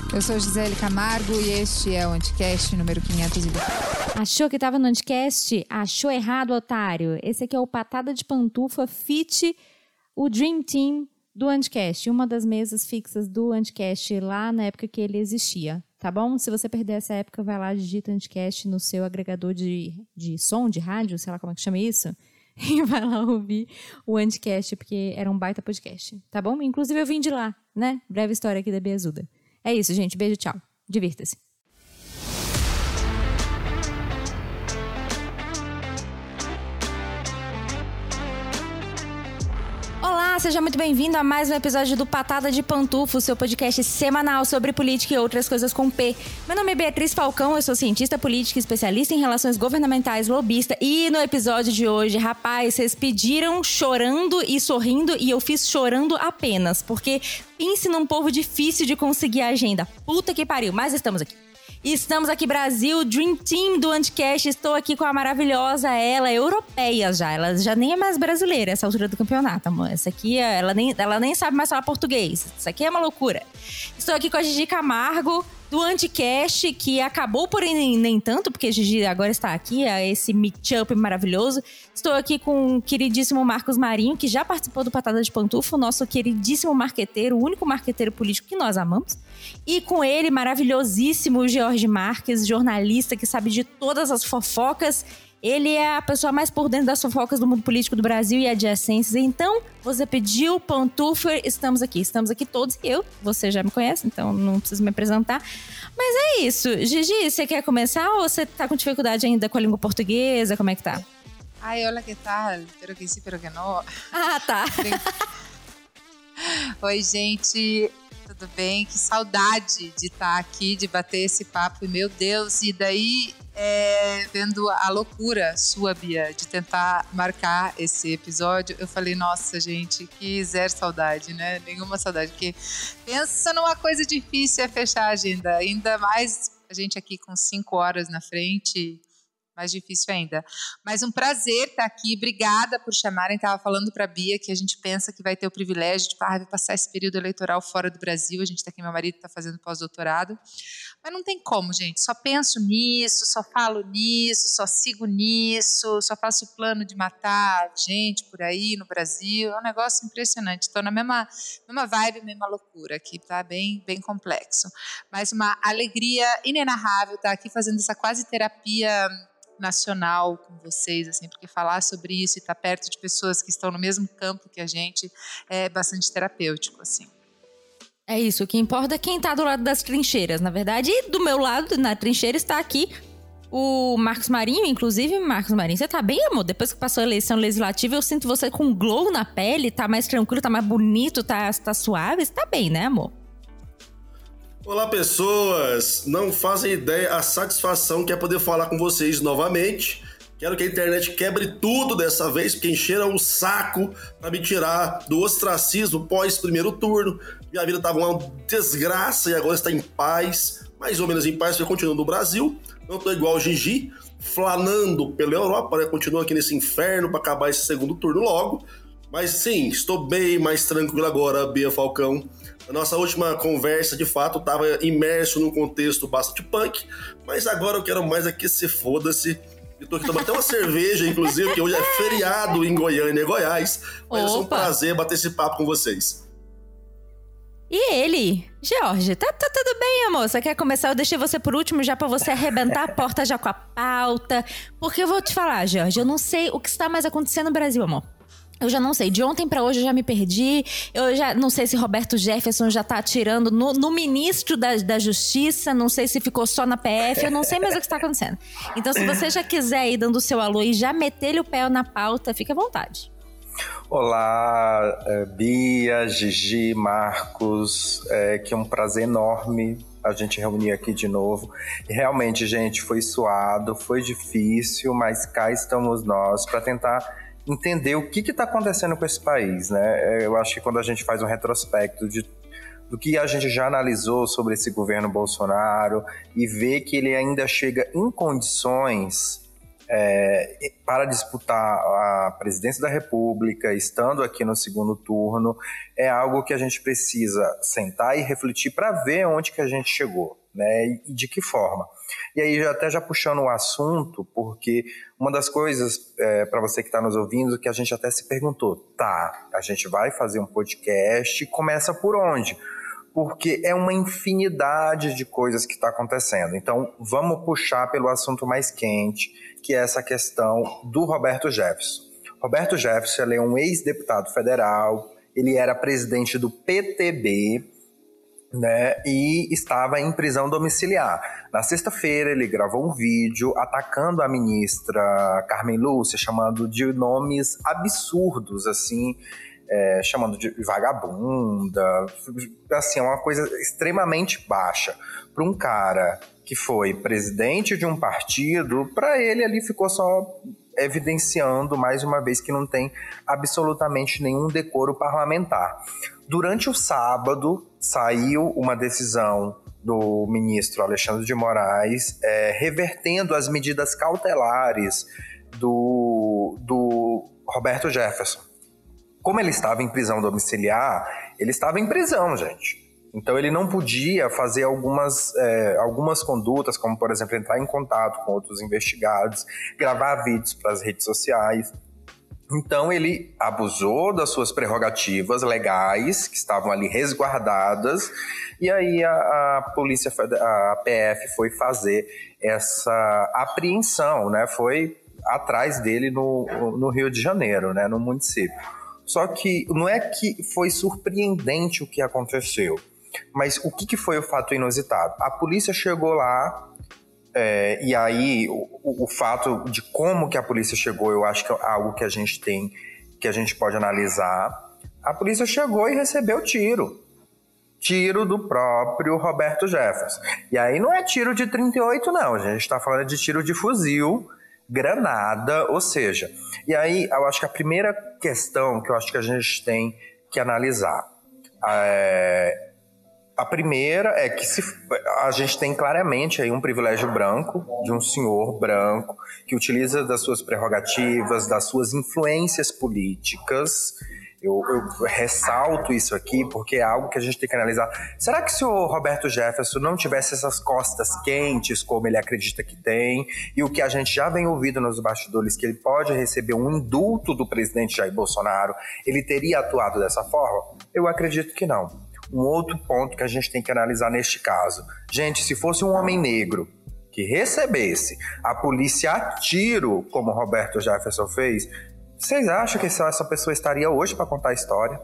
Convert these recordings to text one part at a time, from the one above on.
Eu sou Gisele Camargo e este é o Anticast número 520. Achou que tava no Anticast? Achou errado, otário. Esse aqui é o Patada de Pantufa Fit, o Dream Team do Anticast. Uma das mesas fixas do Anticast lá na época que ele existia, tá bom? Se você perder essa época, vai lá, digita Anticast no seu agregador de som, de rádio, sei lá como é que chama isso, e vai lá ouvir o Anticast, porque era um baita podcast, tá bom? Inclusive eu vim de lá, né? Breve história aqui da Bia Azuda. É isso, gente. Beijo, tchau. Divirta-se. Olá, seja muito bem-vindo a mais um episódio do Patada de Pantufa, o seu podcast semanal sobre política e outras coisas com P. Meu nome é Beatriz Falcão, eu sou cientista política, especialista em relações governamentais, lobista. E no episódio de hoje, rapaz, vocês pediram chorando e sorrindo e eu fiz chorando apenas, porque pense num povo difícil de conseguir agenda. Puta que pariu, mas estamos aqui. Estamos aqui, Brasil, Dream Team do Anticast. Estou aqui com a maravilhosa, ela europeia já. Ela já nem é mais brasileira essa altura do campeonato, amor. Essa aqui, ela nem sabe mais falar português. Isso aqui é uma loucura. Estou aqui com a Gigi Camargo, do Anticast, que acabou por nem tanto, porque a Gigi agora está aqui, esse meet-up maravilhoso. Estou aqui com o queridíssimo Marcos Marinho, que já participou do Patada de Pantufa, o nosso queridíssimo marqueteiro, o único marqueteiro político que nós amamos. E com ele, maravilhosíssimo George Marques, jornalista que sabe de todas as fofocas. Ele é a pessoa mais por dentro das fofocas do mundo político do Brasil e adjacências. Então, você pediu Pantufa, estamos aqui todos. Você já me conhece, então não preciso me apresentar. Mas é isso. Gigi, você quer começar ou você tá com dificuldade ainda com a língua portuguesa? Como é que tá? Ai, olá, que tal? Espero que sim, espero que não. Ah, tá. Oi, gente. Tudo bem? Que saudade de estar aqui, de bater esse papo. E, meu Deus, e daí vendo a loucura sua, Bia, de tentar marcar esse episódio, eu falei, nossa, gente, que zero saudade, né? Nenhuma saudade, porque pensa numa coisa difícil é fechar a agenda, ainda mais a gente aqui com 5 horas na frente, mais difícil ainda. Mas um prazer estar aqui, obrigada por chamarem. Estava falando para a Bia que a gente pensa que vai ter o privilégio de passar esse período eleitoral fora do Brasil. A gente está aqui, meu marido está fazendo pós-doutorado. Mas não tem como, gente. Só penso nisso, só falo nisso, só sigo nisso, só faço plano de matar gente por aí no Brasil. É um negócio impressionante. Estou na mesma vibe, mesma loucura aqui, tá bem, bem complexo. Mas uma alegria inenarrável estar aqui fazendo essa quase terapia nacional com vocês, assim, porque falar sobre isso e estar perto de pessoas que estão no mesmo campo que a gente é bastante terapêutico, assim. É isso, o que importa é quem tá do lado das trincheiras, na verdade. E do meu lado, na trincheira, está aqui o Marcos Marinho, inclusive. Marcos Marinho, você tá bem, amor? Depois que passou a eleição legislativa, eu sinto você com um glow na pele, tá mais tranquilo, tá mais bonito, tá suave, você tá bem, né, amor? Olá, pessoas! Não fazem ideia a satisfação que é poder falar com vocês novamente. Quero que a internet quebre tudo dessa vez, porque encheram o saco para me tirar do ostracismo pós-primeiro turno. Minha vida estava uma desgraça e agora está em paz, mais ou menos em paz, porque eu continuo no Brasil. Não estou igual o Gigi, flanando pela Europa, né? Continuo aqui nesse inferno para acabar esse segundo turno logo. Mas sim, estou bem mais tranquilo agora, Bia Falcão. A nossa última conversa, de fato, estava imerso num contexto bastante punk, mas agora eu quero mais aqui se foda-se. Eu tô aqui tomando até uma cerveja, inclusive, porque hoje é feriado em Goiânia e Goiás. Mas é um prazer bater esse papo com vocês. E ele? George, tá tudo bem, amor? Você quer começar? Eu deixei você por último já pra você arrebentar a porta já com a pauta. Porque eu vou te falar, George, eu não sei o que está mais acontecendo no Brasil, amor. Eu já não sei, de ontem pra hoje eu já me perdi. Eu já não sei se Roberto Jefferson já tá atirando no ministro da Justiça. Não sei se ficou só na PF. Eu não sei mais o que está acontecendo. Então, se você já quiser ir dando o seu alô e já meter-lhe o pé na pauta, fique à vontade. Olá, Bia, Gigi, Marcos. Que é um prazer enorme a gente reunir aqui de novo. E realmente, gente, foi suado, foi difícil, mas cá estamos nós para tentar entender o que está acontecendo com esse país, né? Eu acho que quando a gente faz um retrospecto do que a gente já analisou sobre esse governo Bolsonaro e vê que ele ainda chega em condições para disputar a presidência da República, estando aqui no segundo turno, é algo que a gente precisa sentar e refletir para ver onde que a gente chegou, né, e de que forma. E aí, já puxando o assunto, porque uma das coisas, para você que está nos ouvindo, que a gente até se perguntou, a gente vai fazer um podcast, começa por onde? Porque é uma infinidade de coisas que está acontecendo. Então, vamos puxar pelo assunto mais quente, que é essa questão do Roberto Jefferson. Roberto Jefferson, ele é um ex-deputado federal, ele era presidente do PTB, né, e estava em prisão domiciliar. Na sexta-feira, ele gravou um vídeo atacando a ministra Carmen Lúcia, chamando de nomes absurdos, assim, chamando de vagabunda, assim, é uma coisa extremamente baixa. Para um cara que foi presidente de um partido, para ele ali ficou só evidenciando mais uma vez que não tem absolutamente nenhum decoro parlamentar. Durante o sábado, saiu uma decisão do ministro Alexandre de Moraes revertendo as medidas cautelares do Roberto Jefferson. Como ele estava em prisão domiciliar, ele estava em prisão, gente. Então ele não podia fazer algumas condutas, como, por exemplo, entrar em contato com outros investigados, gravar vídeos para as redes sociais. Então ele abusou das suas prerrogativas legais, que estavam ali resguardadas, e aí a polícia, a PF foi fazer essa apreensão, né? Foi atrás dele no Rio de Janeiro, né? No município. Só que não é que foi surpreendente o que aconteceu, mas o que foi o fato inusitado? A polícia chegou lá, e aí o fato de como que a polícia chegou, eu acho que é algo que a gente pode analisar. A polícia chegou e recebeu tiro do próprio Roberto Jefferson. E aí não é tiro de 38 não, a gente está falando de tiro de fuzil, granada, ou seja, e aí eu acho que a primeira questão que eu acho que a gente tem que analisar, a primeira é que a gente tem claramente aí um privilégio branco, de um senhor branco, que utiliza das suas prerrogativas, das suas influências políticas. Eu ressalto isso aqui porque é algo que a gente tem que analisar. Será que se o Roberto Jefferson não tivesse essas costas quentes, como ele acredita que tem, e o que a gente já vem ouvindo nos bastidores, que ele pode receber um indulto do presidente Jair Bolsonaro, ele teria atuado dessa forma? Eu acredito que não. Um outro ponto que a gente tem que analisar neste caso. Gente, se fosse um homem negro que recebesse a polícia a tiro, como o Roberto Jefferson fez, vocês acham que essa pessoa estaria hoje para contar a história?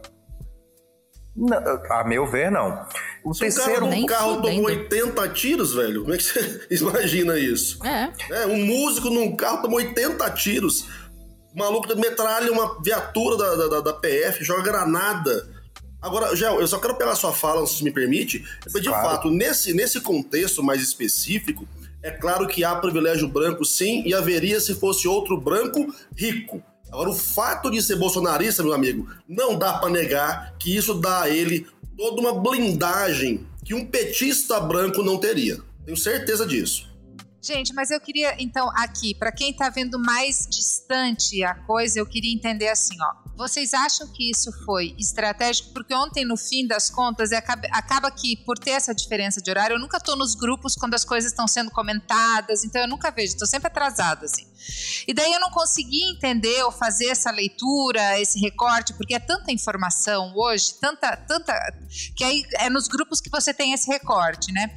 Não, a meu ver, não. O carro tomou 80 tiros, velho. Como é que você imagina isso? Um músico num carro tomou 80 tiros. O maluco metralha uma viatura da PF, joga granada. Agora, Gel, eu só quero pegar sua fala, se me permite. Porque, de fato, nesse contexto mais específico, é claro que há privilégio branco, sim, e haveria se fosse outro branco rico. Agora, o fato de ser bolsonarista, meu amigo, não dá pra negar que isso dá a ele toda uma blindagem que um petista branco não teria. Tenho certeza disso. Gente, mas eu queria, então, aqui, para quem tá vendo mais distante a coisa, eu queria entender assim, ó. Vocês acham que isso foi estratégico? Porque ontem, no fim das contas, acaba que, por ter essa diferença de horário, eu nunca tô nos grupos quando as coisas estão sendo comentadas, então eu nunca vejo, tô sempre atrasada, assim. E daí eu não consegui entender ou fazer essa leitura, esse recorte, porque é tanta informação hoje, tanta, que aí é nos grupos que você tem esse recorte, né?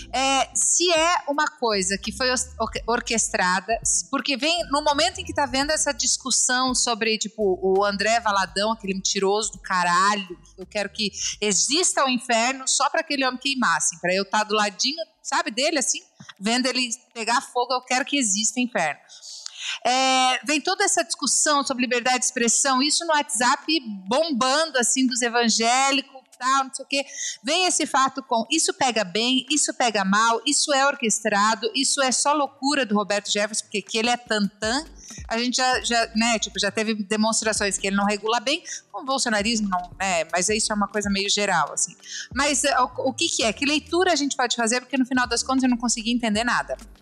Se é uma coisa que foi orquestrada, porque vem no momento em que tá vendo essa discussão sobre, tipo, o André Valadão, aquele mentiroso do caralho, eu quero que exista o inferno só para aquele homem queimar, assim, para eu estar do ladinho, sabe, dele, assim, vendo ele pegar fogo, eu quero que exista o inferno. Vem toda essa discussão sobre liberdade de expressão, isso no WhatsApp bombando, assim, dos evangélicos, tal, não sei o quê. Vem esse fato com isso pega bem, isso pega mal, isso é orquestrado, isso é só loucura do Roberto Jefferson, porque que ele é tantã. A gente já teve demonstrações que ele não regula bem, com o bolsonarismo não, né? Mas isso é uma coisa meio geral, assim. Mas o que é? Que leitura a gente pode fazer? Porque no final das contas eu não consegui entender nada.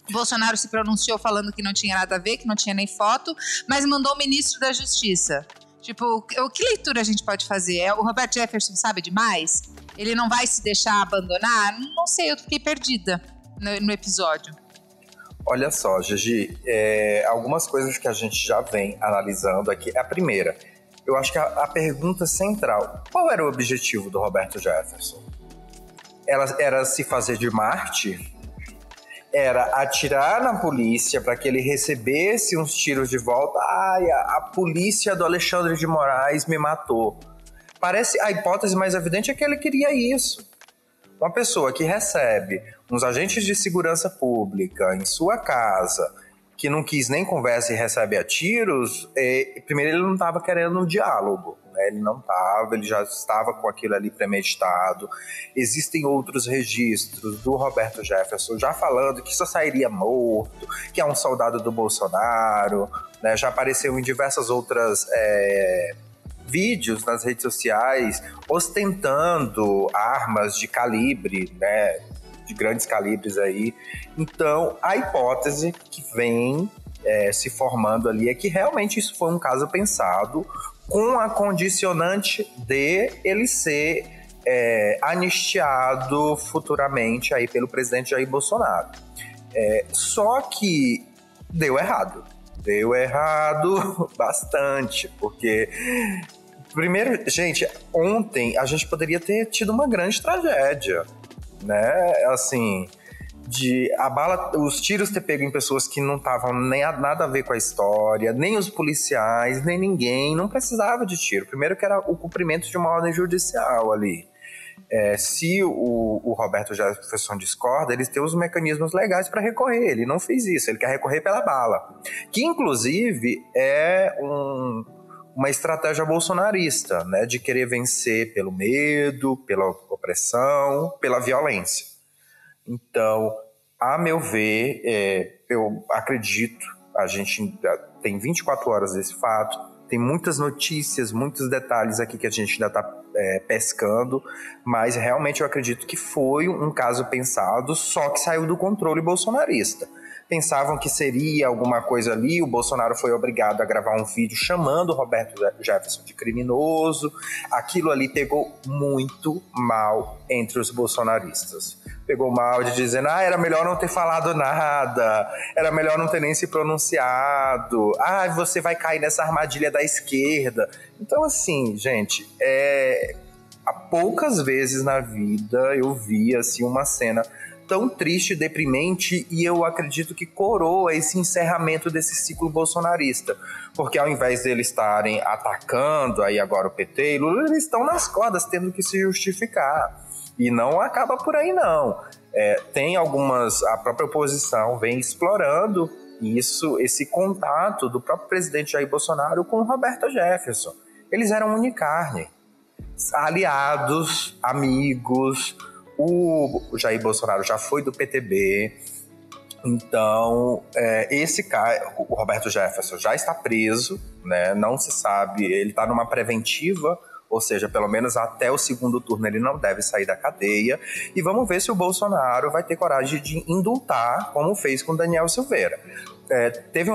Bolsonaro se pronunciou falando que não tinha nada a ver, que não tinha nem foto, mas mandou o ministro da Justiça. Tipo, que leitura a gente pode fazer? O Roberto Jefferson sabe demais? Ele não vai se deixar abandonar? Não sei, eu fiquei perdida no episódio. Olha só, Gigi, algumas coisas que a gente já vem analisando aqui. A primeira, eu acho que a pergunta central, qual era o objetivo do Roberto Jefferson? Era se fazer de Marte? Era atirar na polícia para que ele recebesse uns tiros de volta? Ai, a polícia do Alexandre de Moraes me matou. Parece, a hipótese mais evidente é que ele queria isso. Uma pessoa que recebe uns agentes de segurança pública em sua casa, que não quis nem conversa e recebe a tiros, primeiro ele não estava querendo um diálogo, né? Ele já estava com aquilo ali premeditado. Existem outros registros do Roberto Jefferson já falando que só sairia morto, que é um soldado do Bolsonaro, né? Já apareceu em diversas outras vídeos nas redes sociais ostentando armas de calibre, né? De grandes calibres aí. Então, a hipótese que vem se formando ali é que realmente isso foi um caso pensado com a condicionante de ele ser anistiado futuramente aí pelo presidente Jair Bolsonaro. Só que deu errado. Deu errado bastante, porque... Primeiro, gente, ontem a gente poderia ter tido uma grande tragédia, né? Assim, os tiros ter pego em pessoas que não estavam nada a ver com a história, nem os policiais, nem ninguém, não precisava de tiro. Primeiro que era o cumprimento de uma ordem judicial ali. Se o Roberto Jefferson discorda, eles têm os mecanismos legais para recorrer. Ele não fez isso, ele quer recorrer pela bala. Que, inclusive, é uma estratégia bolsonarista, né, de querer vencer pelo medo, pela opressão, pela violência. Então, a meu ver, eu acredito, a gente tem 24 horas desse fato, tem muitas notícias, muitos detalhes aqui que a gente ainda está pescando, mas realmente eu acredito que foi um caso pensado, só que saiu do controle bolsonarista. Pensavam que seria alguma coisa ali, o Bolsonaro foi obrigado a gravar um vídeo chamando o Roberto Jefferson de criminoso. Aquilo ali pegou muito mal entre os bolsonaristas. Pegou mal de dizendo, era melhor não ter falado nada, era melhor não ter nem se pronunciado, você vai cair nessa armadilha da esquerda. Então, assim, gente, há poucas vezes na vida eu vi assim, uma cena tão triste e deprimente, e eu acredito que coroa esse encerramento desse ciclo bolsonarista, porque ao invés deles estarem atacando aí agora o PT e Lula, eles estão nas cordas tendo que se justificar, e não acaba por aí não. Tem a própria oposição vem explorando esse contato do próprio presidente Jair Bolsonaro com o Roberto Jefferson. Eles eram unicarne, aliados, amigos. O Jair Bolsonaro já foi do PTB, então esse cara, o Roberto Jefferson, já está preso, né? Não se sabe, ele está numa preventiva, ou seja, pelo menos até o segundo turno ele não deve sair da cadeia, e vamos ver se o Bolsonaro vai ter coragem de indultar, como fez com Daniel Silveira. Teve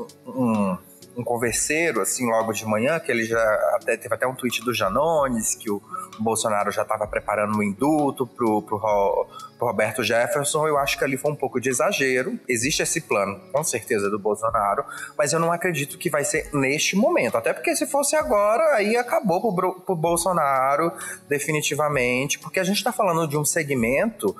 um converseiro, assim, logo de manhã, que ele já teve até um tweet do Janones, que o Bolsonaro já estava preparando um indulto pro Roberto Jefferson. Eu acho que ali foi um pouco de exagero. Existe esse plano, com certeza, do Bolsonaro, mas eu não acredito que vai ser neste momento. Até porque se fosse agora, aí acabou pro Bolsonaro definitivamente, porque a gente está falando de um segmento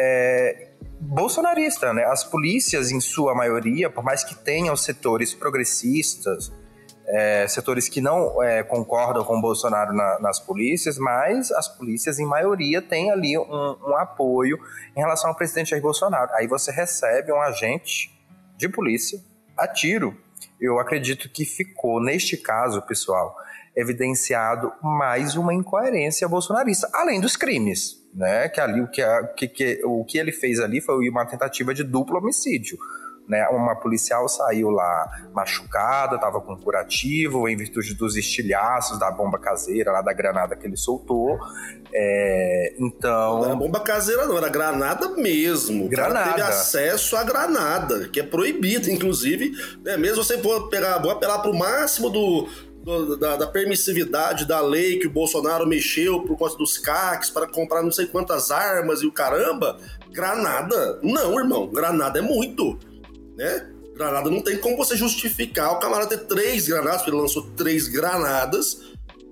bolsonarista, né? As polícias, em sua maioria, por mais que tenham setores progressistas, setores que não concordam com o Bolsonaro nas polícias, mas as polícias, em maioria, têm ali um apoio em relação ao presidente Jair Bolsonaro. Aí você recebe um agente de polícia a tiro. Eu acredito que ficou, neste caso, pessoal, evidenciado mais uma incoerência bolsonarista, além dos crimes, né? Que ali o que ele fez ali foi uma tentativa de duplo homicídio, né? Uma policial saiu lá machucada, estava com curativo em virtude dos estilhaços da bomba caseira, lá da granada que ele soltou, Então... Não era bomba caseira, não, era granada mesmo. Granada. O cara teve acesso à granada, que é proibido, inclusive, né? Mesmo você vou apelar pro máximo da permissividade da lei que o Bolsonaro mexeu por conta dos CACs para comprar não sei quantas armas e o caramba. Granada? Não, irmão. Granada é muito, né? Granada não tem como você justificar o camarada ter 3 granadas, porque ele lançou 3 granadas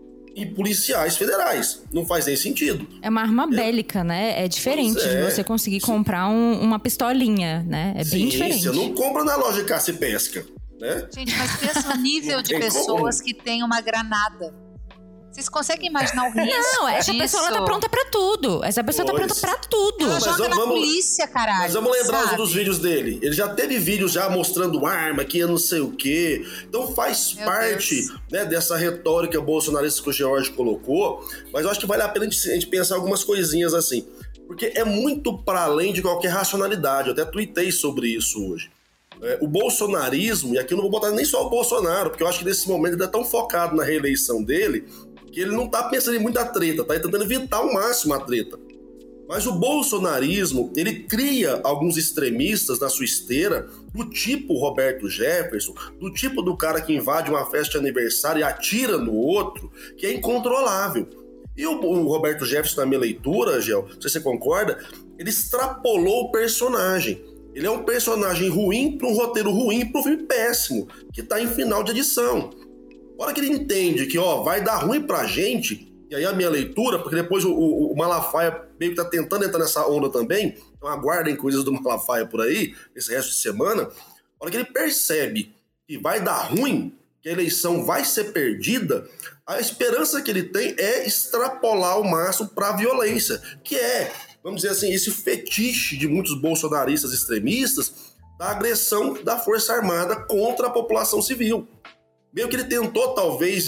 e policiais federais. Não faz nem sentido. É uma arma bélica, né? É diferente de você conseguir comprar uma pistolinha, né? É bem diferente. Você não compra na loja de caça e pesca, né? Gente, mas pensa o nível de pessoas que tem uma granada. Vocês conseguem imaginar o risco Não, essa pessoa tá pronta pra tudo. Essa pessoa tá pronta pra tudo. Ela joga na polícia, caralho. Mas vamos lembrar dos vídeos dele. Ele já teve vídeos já mostrando arma, que eu não sei o quê. Então faz parte, né, dessa retórica bolsonarista que o George colocou. Mas eu acho que vale a pena a gente pensar algumas coisinhas assim. Porque é muito para além de qualquer racionalidade. Eu até tuitei sobre isso hoje. O bolsonarismo, e aqui eu não vou botar nem só o Bolsonaro, porque eu acho que nesse momento ele é tão focado na reeleição dele que ele não tá pensando em muita treta, tá tentando evitar ao máximo a treta. Mas o bolsonarismo, ele cria alguns extremistas na sua esteira, do tipo Roberto Jefferson, do tipo do cara que invade uma festa de aniversário e atira no outro, que é incontrolável. E o Roberto Jefferson, na minha leitura, Gel, não sei se você concorda, ele extrapolou o personagem. Ele é um personagem ruim para um roteiro ruim para um filme péssimo, que tá em final de edição. A hora que ele entende que vai dar ruim pra gente, e aí a minha leitura, porque depois o Malafaia meio que tá tentando entrar nessa onda também, então aguardem coisas do Malafaia por aí, esse resto de semana, a hora que ele percebe que vai dar ruim, que a eleição vai ser perdida, a esperança que ele tem é extrapolar ao máximo pra violência, que é, vamos dizer assim, esse fetiche de muitos bolsonaristas extremistas da agressão da Força Armada contra a população civil. Meio que ele tentou, talvez,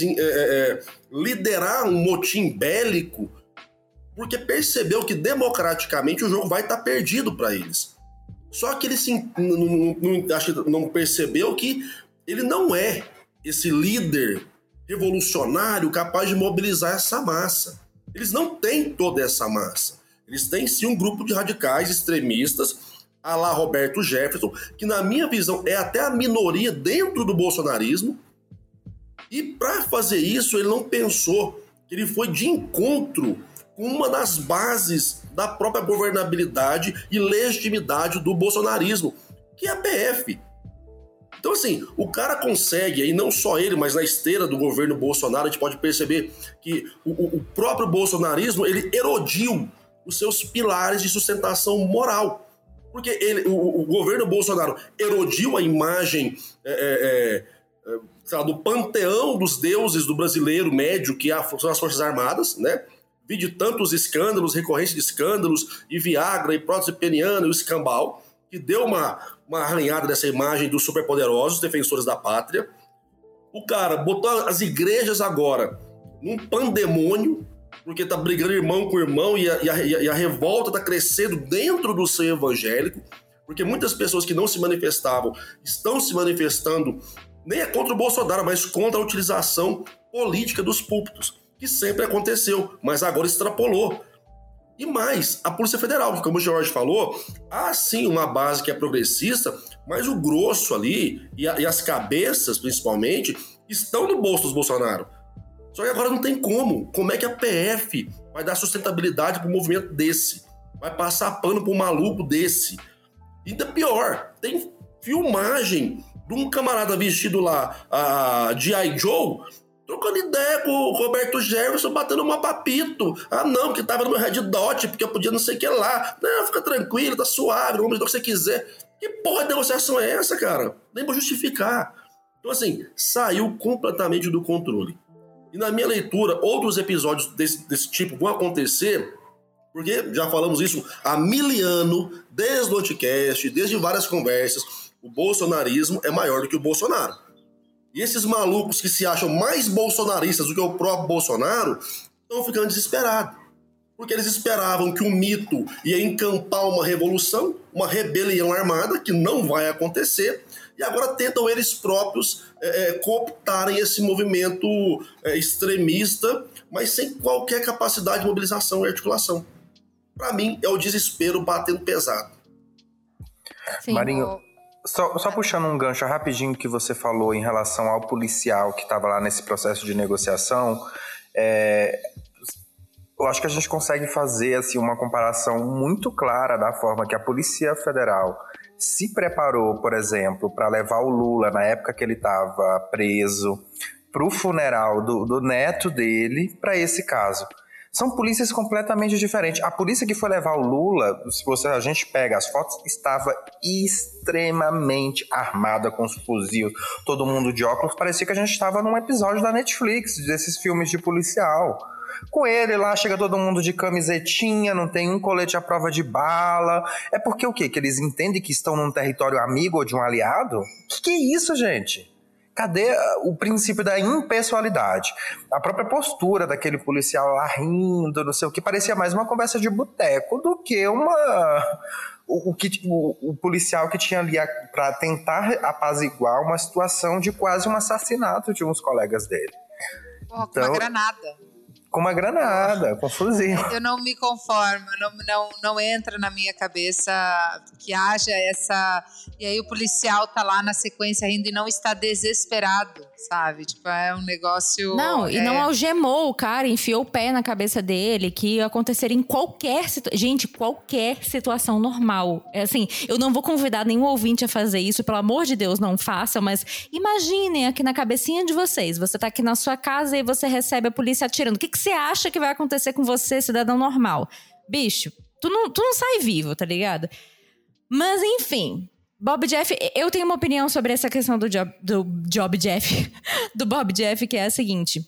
liderar um motim bélico, porque percebeu que, democraticamente, o jogo vai estar perdido para eles. Só que ele não percebeu que ele não é esse líder revolucionário capaz de mobilizar essa massa. Eles não têm toda essa massa. Eles têm, sim, um grupo de radicais extremistas, à la Roberto Jefferson, que, na minha visão, é até a minoria dentro do bolsonarismo. E para fazer isso, ele não pensou que ele foi de encontro com uma das bases da própria governabilidade e legitimidade do bolsonarismo, que é a PF. Então, assim, o cara consegue, e não só ele, mas na esteira do governo Bolsonaro, a gente pode perceber que o próprio bolsonarismo, ele erodiu os seus pilares de sustentação moral. Porque o governo Bolsonaro erodiu a imagem do panteão dos deuses do brasileiro médio, que são as Forças Armadas, né? Vi de tantos escândalos, recorrência de escândalos, e Viagra, e prótese peniana, e o escambau, que deu uma arranhada dessa imagem dos superpoderosos defensores da pátria. O cara botou as igrejas agora num pandemônio, porque tá brigando irmão com irmão, e a revolta tá crescendo dentro do seio evangélico, porque muitas pessoas que não se manifestavam estão se manifestando. Nem é contra o Bolsonaro, mas contra a utilização política dos púlpitos, que sempre aconteceu, mas agora extrapolou. E mais, a Polícia Federal, que, como o Jorge falou, há sim uma base que é progressista, mas o grosso ali, e as cabeças principalmente, estão no bolso dos Bolsonaro. Só que agora não tem como. Como é que a PF vai dar sustentabilidade para um movimento desse? Vai passar pano para um maluco desse? E ainda pior, tem filmagem de um camarada vestido lá, de G.I. Joe, trocando ideia com o Roberto Jefferson, batendo uma papito. Ah, não, porque tava no meu Red Dot, porque eu podia não sei o que lá. Não, fica tranquilo, tá suave, vamos dar o que você quiser. Que porra de negociação é essa, cara? Nem vou justificar. Então, assim, saiu completamente do controle. E na minha leitura, outros episódios desse tipo vão acontecer, porque já falamos isso há 1000 anos, desde o Anticast, desde várias conversas. O bolsonarismo é maior do que o Bolsonaro. E esses malucos que se acham mais bolsonaristas do que o próprio Bolsonaro estão ficando desesperados. Porque eles esperavam que o mito ia encampar uma revolução, uma rebelião armada, que não vai acontecer, e agora tentam eles próprios cooptarem esse movimento extremista, mas sem qualquer capacidade de mobilização e articulação. Para mim, é o desespero batendo pesado. Sim. Marinho, só puxando um gancho rapidinho que você falou em relação ao policial que estava lá nesse processo de negociação, eu acho que a gente consegue fazer assim, uma comparação muito clara da forma que a Polícia Federal se preparou, por exemplo, para levar o Lula, na época que ele estava preso, para o funeral do neto dele, para esse caso. São polícias completamente diferentes. A polícia que foi levar o Lula, se a gente pega as fotos, estava extremamente armada com os fuzis, todo mundo de óculos. Parecia que a gente estava num episódio da Netflix, desses filmes de policial. Com ele lá, chega todo mundo de camisetinha, não tem um colete à prova de bala. É porque o quê? Que eles entendem que estão num território amigo ou de um aliado? Que é isso, gente? Cadê o princípio da impessoalidade? A própria postura daquele policial lá rindo, não sei o que, parecia mais uma conversa de boteco do que o policial que tinha ali para tentar apaziguar uma situação de quase um assassinato de uns colegas dele. Porra, com uma granada. Com uma granada, com fuzil. Eu não me conformo, não entra na minha cabeça que haja essa... E aí o policial tá lá na sequência rindo e não está desesperado, sabe? Tipo, é um negócio... Não, e não algemou o cara, enfiou o pé na cabeça dele, que ia acontecer em qualquer situação. Gente, qualquer situação normal. É assim, eu não vou convidar nenhum ouvinte a fazer isso, pelo amor de Deus, não façam, mas imaginem aqui na cabecinha de vocês, você tá aqui na sua casa e você recebe a polícia atirando. O que você acha que vai acontecer com você, cidadão normal? Bicho, tu não sai vivo, tá ligado? Mas, enfim, Bob Jeff... Eu tenho uma opinião sobre essa questão do Bob Jeff, que é a seguinte.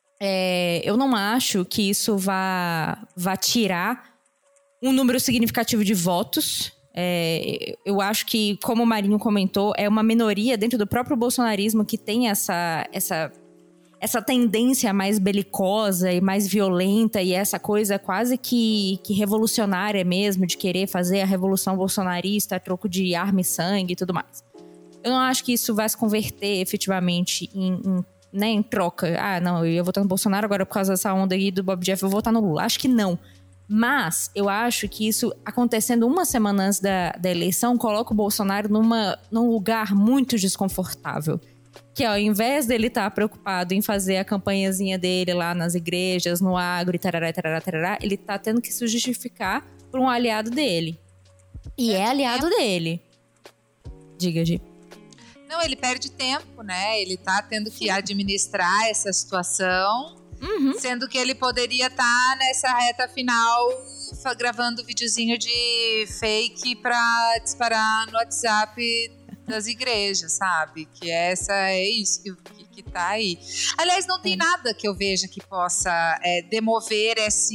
Eu não acho que isso vá tirar um número significativo de votos. Eu acho que, como o Marinho comentou, é uma minoria dentro do próprio bolsonarismo que tem essa tendência mais belicosa e mais violenta e essa coisa quase que revolucionária mesmo, de querer fazer a revolução bolsonarista a troco de arma e sangue e tudo mais. Eu não acho que isso vai se converter efetivamente em troca. Ah, não, eu ia votar no Bolsonaro agora por causa dessa onda aí do Bob Jeff, eu vou votar no Lula. Acho que não. Mas eu acho que isso, acontecendo uma semana antes da eleição, coloca o Bolsonaro num lugar muito desconfortável. Que ao invés dele estar preocupado em fazer a campanhazinha dele lá nas igrejas, no agro e tarará, tarará, tarará, ele tá tendo que se justificar por um aliado dele. E é aliado dele. Diga, Gi. Não, ele perde tempo, né? Ele tá tendo que administrar essa situação, sendo que ele poderia estar nessa reta final gravando videozinho de fake pra disparar no WhatsApp das igrejas, sabe? Que é isso que tá aí. Aliás, não tem nada que eu veja que possa demover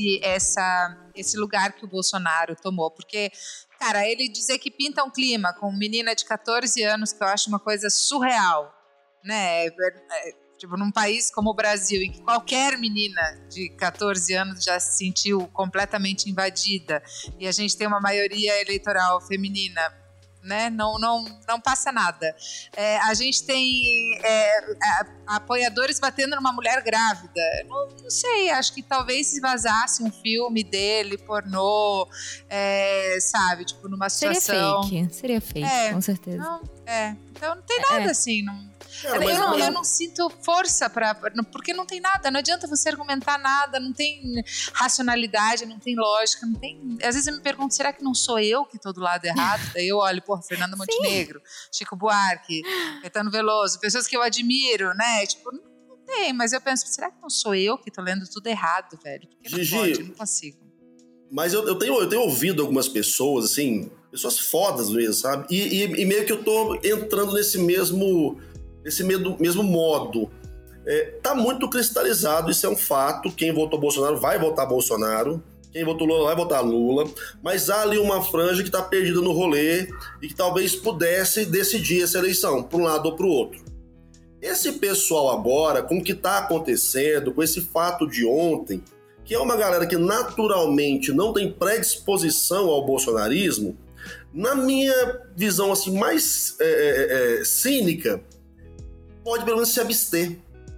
esse lugar que o Bolsonaro tomou, porque, cara, ele dizer que pinta um clima com menina de 14 anos, que eu acho uma coisa surreal, né? Tipo, num país como o Brasil, em que qualquer menina de 14 anos já se sentiu completamente invadida, e a gente tem uma maioria eleitoral feminina, né? Não passa nada. A gente tem apoiadores batendo numa mulher grávida. Não sei, acho que talvez se vazasse um filme dele, pornô, sabe? Tipo, numa situação... Seria fake, com certeza. Então não tem nada assim, eu não sinto força porque não tem nada, não adianta você argumentar nada, não tem racionalidade, não tem lógica, não tem... Às vezes eu me pergunto, será que não sou eu que tô do lado errado? Daí eu olho, Fernanda Montenegro, Chico Buarque, Caetano Veloso, pessoas que eu admiro, né? Tipo, não tem, mas eu penso, será que não sou eu que tô lendo tudo errado, velho? Porque não Gigi, pode, eu não consigo. Mas eu tenho ouvido algumas pessoas, assim, pessoas fodas mesmo, sabe? E meio que eu tô entrando nesse mesmo modo. Tá muito cristalizado, isso é um fato. Quem votou Bolsonaro vai votar Bolsonaro, quem votou Lula vai votar Lula, mas há ali uma franja que tá perdida no rolê e que talvez pudesse decidir essa eleição, para um lado ou para o outro. Esse pessoal agora, com o que tá acontecendo, com esse fato de ontem, que é uma galera que naturalmente não tem predisposição ao bolsonarismo, na minha visão assim, mais cínica, pode pelo menos se abster.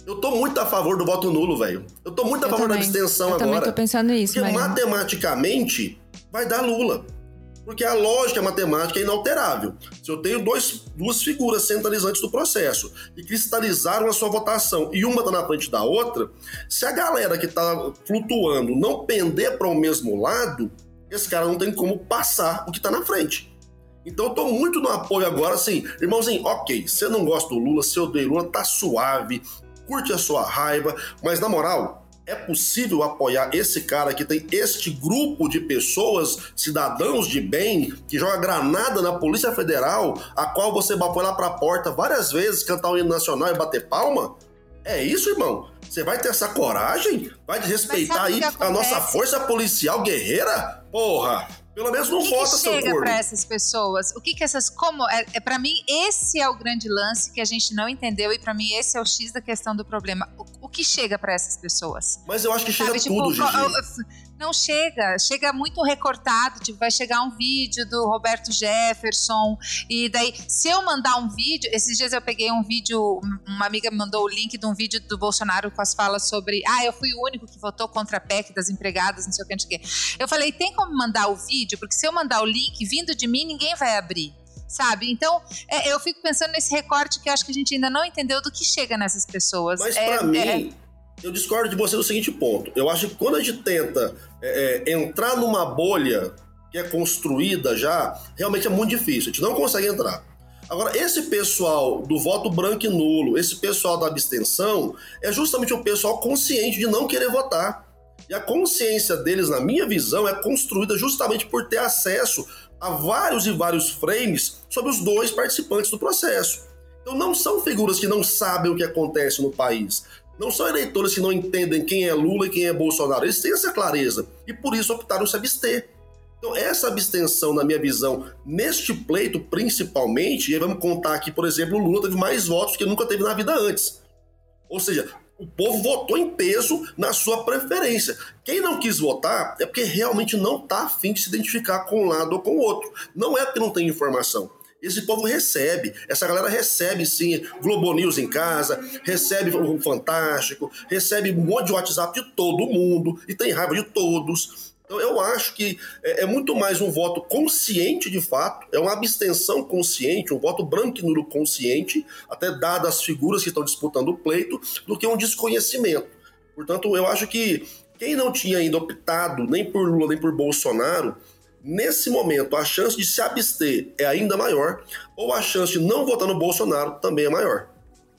Eu tô muito a favor do voto nulo, velho. Eu tô muito a favor da abstenção agora. Eu também tô pensando nisso, porque matematicamente vai dar Lula. Porque a lógica matemática é inalterável. Se eu tenho duas figuras centralizantes do processo e cristalizaram a sua votação e uma está na frente da outra, se a galera que está flutuando não pender para o mesmo lado, esse cara não tem como passar o que está na frente. Então eu tô muito no apoio agora, assim, irmãozinho, ok, você não gosta do Lula, você odeia o Lula, tá suave, curte a sua raiva, mas na moral, é possível apoiar esse cara que tem este grupo de pessoas, cidadãos de bem, que joga granada na Polícia Federal, a qual você foi lá pra porta várias vezes, cantar o hino nacional e bater palma? É isso, irmão? Você vai ter essa coragem? Vai respeitar aí a nossa força policial guerreira? Porra! Pelo menos não vota, seu corno. O que chega para essas pessoas? O que essas... Para mim, esse é o grande lance que a gente não entendeu e para mim esse é o X da questão do problema. O que chega para essas pessoas? Mas eu acho que chega tudo, Gigi. Não chega. Chega muito recortado. Tipo, vai chegar um vídeo do Roberto Jefferson e daí, se eu mandar um vídeo... Esses dias eu peguei um vídeo, uma amiga me mandou o link de um vídeo do Bolsonaro com as falas sobre eu fui o único que votou contra a PEC das empregadas, não sei o que, não sei o que. Eu falei, tem como mandar o vídeo? Porque se eu mandar o link vindo de mim, ninguém vai abrir, sabe? Então, eu fico pensando nesse recorte que eu acho que a gente ainda não entendeu do que chega nessas pessoas. Mas pra mim, eu discordo de você no seguinte ponto. Eu acho que quando a gente tenta entrar numa bolha que é construída já, realmente é muito difícil. A gente não consegue entrar. Agora, esse pessoal do voto branco e nulo, esse pessoal da abstenção, é justamente o pessoal consciente de não querer votar. E a consciência deles, na minha visão, é construída justamente por ter acesso a vários e vários frames sobre os dois participantes do processo. Então não são figuras que não sabem o que acontece no país. Não são eleitores que não entendem quem é Lula e quem é Bolsonaro. Eles têm essa clareza e por isso optaram se abster. Então essa abstenção, na minha visão, neste pleito principalmente, e aí vamos contar aqui, por exemplo, o Lula teve mais votos que nunca teve na vida antes. Ou seja, o povo votou em peso na sua preferência. Quem não quis votar é porque realmente não está afim de se identificar com um lado ou com o outro. Não é porque não tem informação. Esse povo recebe, essa galera recebe sim Globo News em casa, recebe o Fantástico, recebe um monte de WhatsApp de todo mundo e tem raiva de todos. Então eu acho que é muito mais um voto consciente de fato, é uma abstenção consciente, um voto branco e nulo consciente, até dadas as figuras que estão disputando o pleito, do que um desconhecimento. Portanto, eu acho que quem não tinha ainda optado nem por Lula nem por Bolsonaro, nesse momento a chance de se abster é ainda maior, ou a chance de não votar no Bolsonaro também é maior.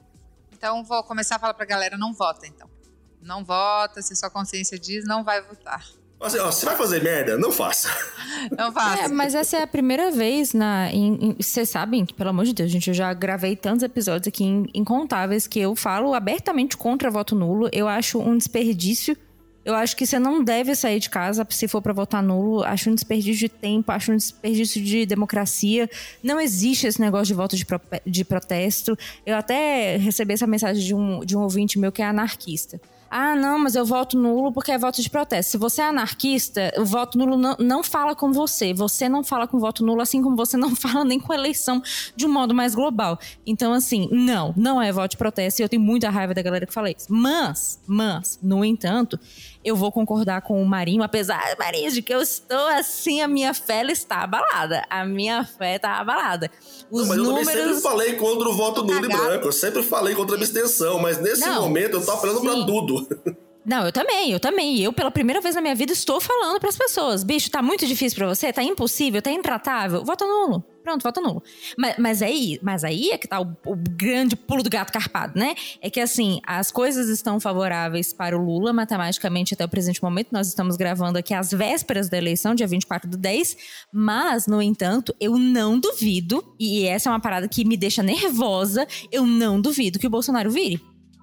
Então vou começar a falar pra galera, não vota então. Não vota, se sua consciência diz, não vai votar. Se vai fazer merda, não faça. Não faça. Mas essa é a primeira vez vocês sabem que, pelo amor de Deus, gente, eu já gravei tantos episódios aqui incontáveis que eu falo abertamente contra voto nulo. Eu acho um desperdício. Eu acho que você não deve sair de casa se for pra votar nulo. Acho um desperdício de tempo, acho um desperdício de democracia. Não existe esse negócio de voto de protesto. Eu até recebi essa mensagem de um ouvinte meu que é anarquista. Não, mas eu voto nulo porque é voto de protesto. Se você é anarquista, o voto nulo não fala com você. Você não fala com o voto nulo, assim como você não fala nem com a eleição de um modo mais global. Então, assim, não é voto de protesto. E eu tenho muita raiva da galera que fala isso. Mas, no entanto, eu vou concordar com o Marinho, apesar, Marinho, de que eu estou assim, a minha fé está abalada. A minha fé está abalada. Mas eu também sempre falei contra o voto nulo e branco. Eu sempre falei contra a abstenção. Mas nesse momento eu tô apelando pra tudo. Não, eu também. Eu, pela primeira vez na minha vida, estou falando pras pessoas. Bicho, tá muito difícil pra você? Tá impossível? Tá intratável? Vota nulo. Pronto, vota nulo. Mas aí é que tá o grande pulo do gato carpado, né? É que, assim, as coisas estão favoráveis para o Lula, matematicamente, até o presente momento. Nós estamos gravando aqui às vésperas da eleição, dia 24/10. Mas, no entanto, eu não duvido, e essa é uma parada que me deixa nervosa, eu não duvido que o Bolsonaro vire.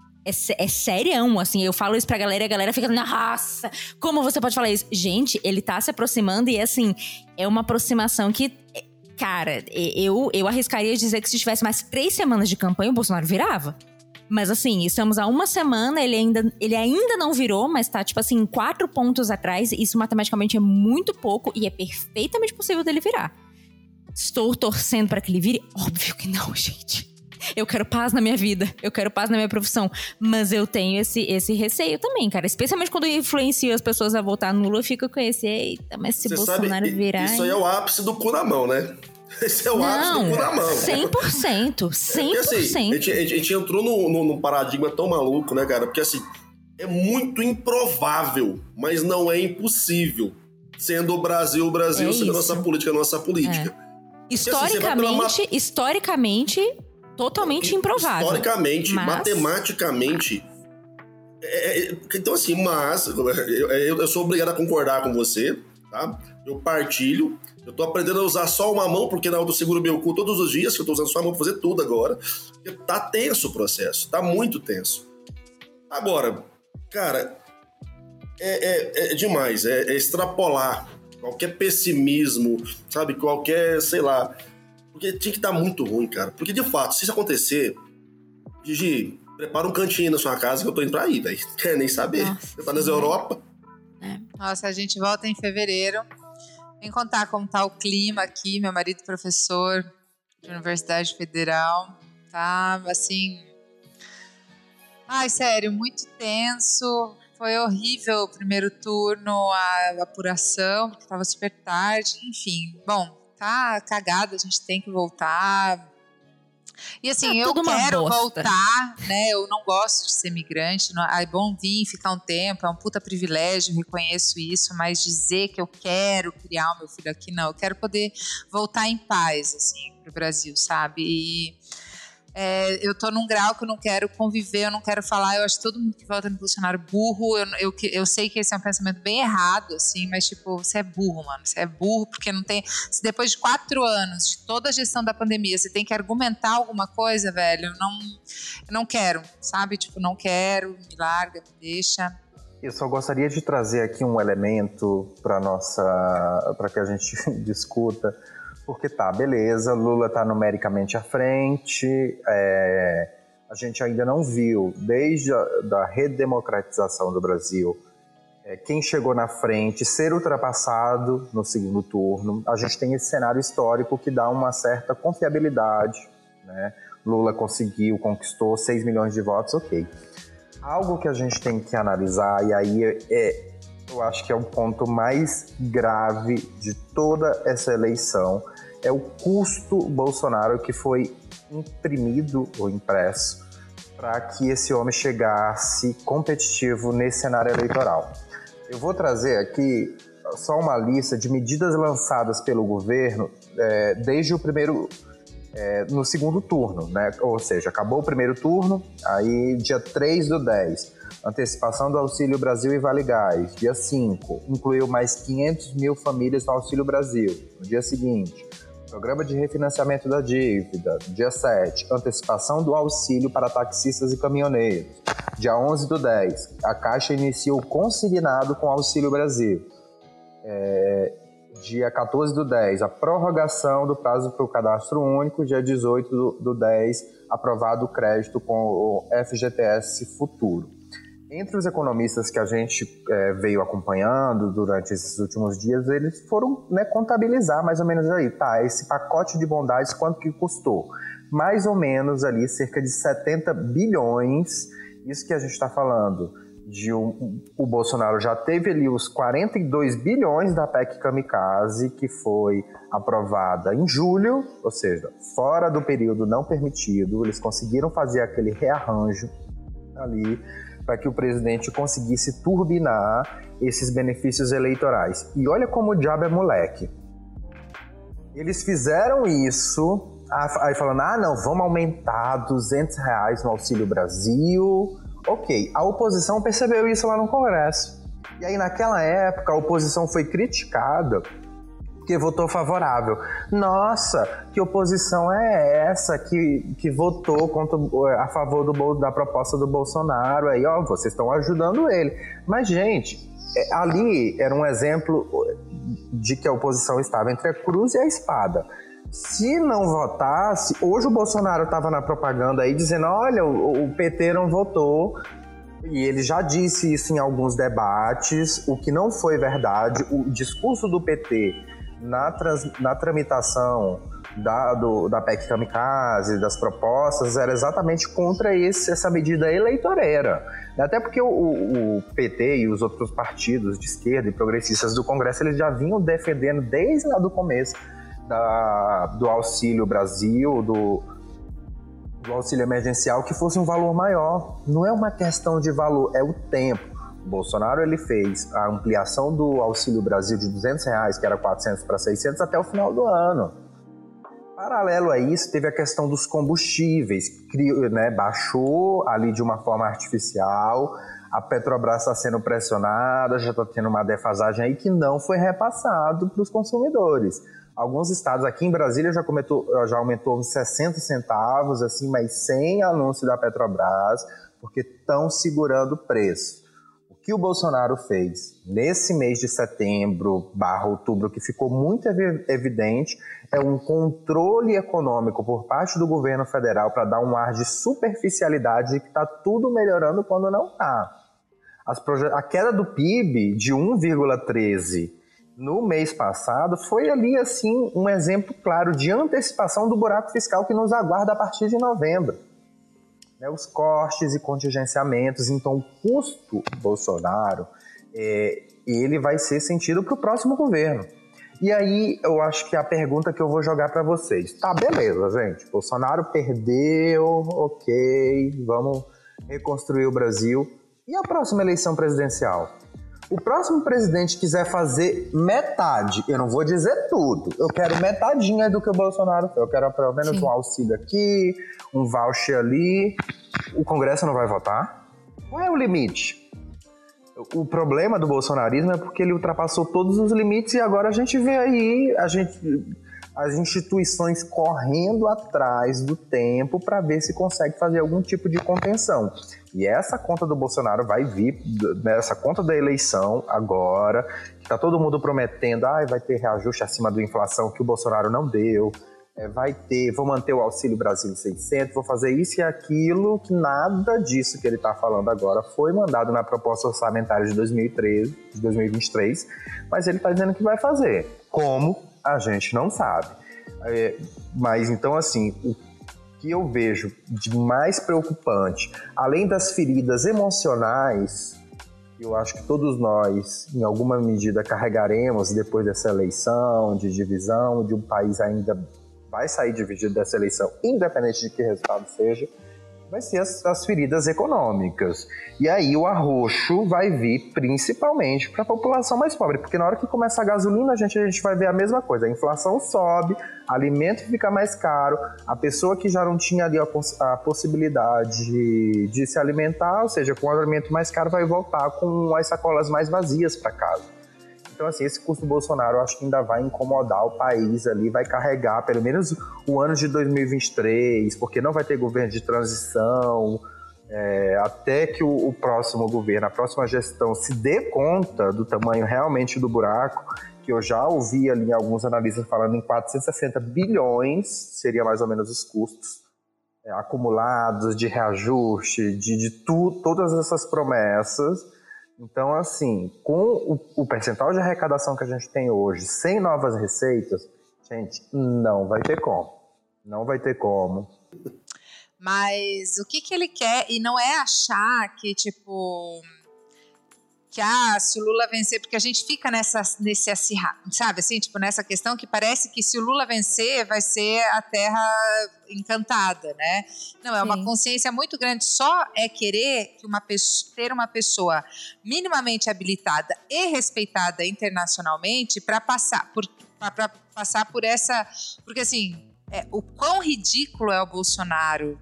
É serião, assim, eu falo isso pra galera e a galera fica, nossa, como você pode falar isso? Gente, ele tá se aproximando e, assim, é uma aproximação que, cara, eu arriscaria dizer que se tivesse mais 3 semanas de campanha, o Bolsonaro virava. Mas, assim, estamos há uma semana, ele ainda não virou, mas tá, tipo assim, 4 pontos atrás. Isso matematicamente é muito pouco e é perfeitamente possível dele virar. Estou torcendo pra que ele vire? Óbvio que não, gente. Eu quero paz na minha vida, eu quero paz na minha profissão. Mas eu tenho esse receio também, cara. Especialmente quando eu influencio as pessoas a votar nulo, eu fico com esse, eita, mas se Bolsonaro virar... Isso aí é o ápice do cu na mão, né? Esse é o ápice do cu na mão. 100%. 100%. Porque, assim, a gente entrou num paradigma tão maluco, né, cara? Porque, assim, é muito improvável, mas não é impossível. Sendo o Brasil, sendo a nossa política. Historicamente, totalmente improvável. Historicamente, matematicamente... então, assim, mas... Eu sou obrigado a concordar com você, tá? Eu partilho. Eu tô aprendendo a usar só uma mão, porque na hora do seguro meu cu todos os dias, que eu tô usando só a mão pra fazer tudo agora. Porque tá tenso o processo, tá muito tenso. Agora, cara, é demais, é extrapolar qualquer pessimismo, sabe? Qualquer, sei lá... Porque tinha que estar muito ruim, cara. Porque, de fato, se isso acontecer, Gigi, prepara um cantinho na sua casa que eu tô indo pra aí, velho. Quer nem saber. Nossa, você tá nas Europa. Nossa, a gente volta em fevereiro. Vem contar como tá o clima aqui. Meu marido professor de Universidade Federal. Tá, assim... Ai, sério, muito tenso. Foi horrível o primeiro turno, a apuração, porque tava super tarde. Enfim, bom, tá cagado, a gente tem que voltar. E assim, eu quero voltar, né? Eu não gosto de ser migrante. É bom vir, ficar um tempo, é um puta privilégio, reconheço isso, mas dizer que eu quero criar o meu filho aqui, não. Eu quero poder voltar em paz, assim, pro Brasil, sabe? E eu tô num grau que eu não quero conviver, eu não quero falar. Eu acho todo mundo que vota no Bolsonaro burro. Eu sei que esse é um pensamento bem errado, assim, mas tipo, você é burro, mano. Você é burro porque não tem... Se depois de 4 anos de toda a gestão da pandemia você tem que argumentar alguma coisa, velho, eu não quero, sabe? Tipo, não quero, me larga, me deixa. Eu só gostaria de trazer aqui um elemento para que a gente discuta. Porque tá, beleza, Lula tá numericamente à frente, a gente ainda não viu, desde a redemocratização do Brasil, quem chegou na frente ser ultrapassado no segundo turno. A gente tem esse cenário histórico que dá uma certa confiabilidade, né? Lula conquistou 6 milhões de votos, ok. Algo que a gente tem que analisar, e aí eu acho que é um ponto mais grave de toda essa eleição, é o custo Bolsonaro que foi imprimido ou impresso para que esse homem chegasse competitivo nesse cenário eleitoral. Eu vou trazer aqui só uma lista de medidas lançadas pelo governo desde o primeiro... no segundo turno, né? Ou seja, acabou o primeiro turno, aí dia 3/10, antecipação do Auxílio Brasil e Vale Gás. Dia 5, incluiu mais 500 mil famílias no Auxílio Brasil. No dia seguinte, programa de refinanciamento da dívida. Dia 7, antecipação do auxílio para taxistas e caminhoneiros. Dia 11/10, a Caixa inicia o consignado com Auxílio Brasil. Dia 14/10, a prorrogação do prazo para o cadastro único. Dia 18/10, aprovado o crédito com o FGTS Futuro. Entre os economistas que a gente veio acompanhando durante esses últimos dias, eles foram contabilizar mais ou menos aí, tá, esse pacote de bondades, quanto que custou? Mais ou menos ali, cerca de 70 bilhões, isso que a gente está falando. O Bolsonaro já teve ali os 42 bilhões da PEC Kamikaze, que foi aprovada em julho, ou seja, fora do período não permitido. Eles conseguiram fazer aquele rearranjo ali para que o presidente conseguisse turbinar esses benefícios eleitorais. E olha como o diabo é moleque. Eles fizeram isso, aí falando, não, vamos aumentar R$200 no Auxílio Brasil. Ok, a oposição percebeu isso lá no Congresso. E aí, naquela época, a oposição foi criticada porque votou favorável. Nossa, que oposição é essa que votou a favor da proposta do Bolsonaro? Aí, vocês estão ajudando ele. Mas, gente, ali era um exemplo de que a oposição estava entre a cruz e a espada. Se não votasse, hoje o Bolsonaro estava na propaganda aí dizendo, olha, o PT não votou, e ele já disse isso em alguns debates, o que não foi verdade. O discurso do PT na tramitação da PEC Kamikaze, das propostas, era exatamente contra essa medida eleitoreira. Até porque o PT e os outros partidos de esquerda e progressistas do Congresso, eles já vinham defendendo desde lá do começo do Auxílio Brasil, do auxílio emergencial, que fosse um valor maior. Não é uma questão de valor, é o tempo. O Bolsonaro, ele fez a ampliação do Auxílio Brasil de R$200, que era 400 para 600, até o final do ano. Paralelo a isso, teve a questão dos combustíveis, baixou ali de uma forma artificial, a Petrobras está sendo pressionada, já está tendo uma defasagem aí que não foi repassado para os consumidores. Alguns estados, aqui em Brasília, já aumentou uns 60 centavos, assim, mas sem anúncio da Petrobras, porque estão segurando o preço. O que o Bolsonaro fez nesse mês de setembro/outubro, que ficou muito evidente, é um controle econômico por parte do governo federal para dar um ar de superficialidade de que está tudo melhorando quando não está. A queda do PIB de 1,13% no mês passado foi ali, assim, um exemplo claro de antecipação do buraco fiscal que nos aguarda a partir de novembro. Os cortes e contingenciamentos, então o custo Bolsonaro, ele vai ser sentido para o próximo governo. E aí eu acho que a pergunta que eu vou jogar para vocês, tá, beleza, gente, Bolsonaro perdeu, ok, vamos reconstruir o Brasil. E a próxima eleição presidencial? O próximo presidente quiser fazer metade, eu não vou dizer tudo, eu quero metadinha do que o Bolsonaro fez. Eu quero pelo menos um auxílio aqui, um voucher ali. O Congresso não vai votar? Qual é o limite? O problema do bolsonarismo é porque ele ultrapassou todos os limites e agora a gente vê aí as instituições correndo atrás do tempo para ver se consegue fazer algum tipo de contenção. E essa conta do Bolsonaro vai vir, nessa conta da eleição agora, que está todo mundo prometendo, vai ter reajuste acima da inflação que o Bolsonaro não deu, vou manter o Auxílio Brasil de 600, vou fazer isso e aquilo, que nada disso que ele está falando agora foi mandado na proposta orçamentária de 2023, mas ele está dizendo que vai fazer. Como? A gente não sabe. Mas então, assim, o que eu vejo de mais preocupante, além das feridas emocionais, eu acho que todos nós, em alguma medida, carregaremos depois dessa eleição, de divisão, de um país ainda vai sair dividido dessa eleição, independente de que resultado seja, vai ser as feridas econômicas. E aí o arroxo vai vir principalmente para a população mais pobre, porque na hora que começa a gasolina, a gente vai ver a mesma coisa. A inflação sobe, alimento fica mais caro, a pessoa que já não tinha ali a possibilidade de se alimentar, ou seja, com o alimento mais caro, vai voltar com as sacolas mais vazias para casa. Então, assim, esse custo do Bolsonaro eu acho que ainda vai incomodar o país ali, vai carregar pelo menos o ano de 2023, porque não vai ter governo de transição, até que o próximo governo, a próxima gestão se dê conta do tamanho realmente do buraco, que eu já ouvi ali alguns analistas falando em 460 bilhões, seria mais ou menos os custos acumulados de reajuste, de todas essas promessas. Então, assim, com o percentual de arrecadação que a gente tem hoje, sem novas receitas, gente, não vai ter como. Não vai ter como. Mas o que ele quer, e não é achar que, tipo, que se o Lula vencer, porque a gente fica nesse acirrar, sabe, assim, tipo, nessa questão que parece que se o Lula vencer, vai ser a terra encantada, né? Não, é uma consciência muito grande, só é querer que ter uma pessoa minimamente habilitada e respeitada internacionalmente para passar por essa, porque assim, o quão ridículo é o Bolsonaro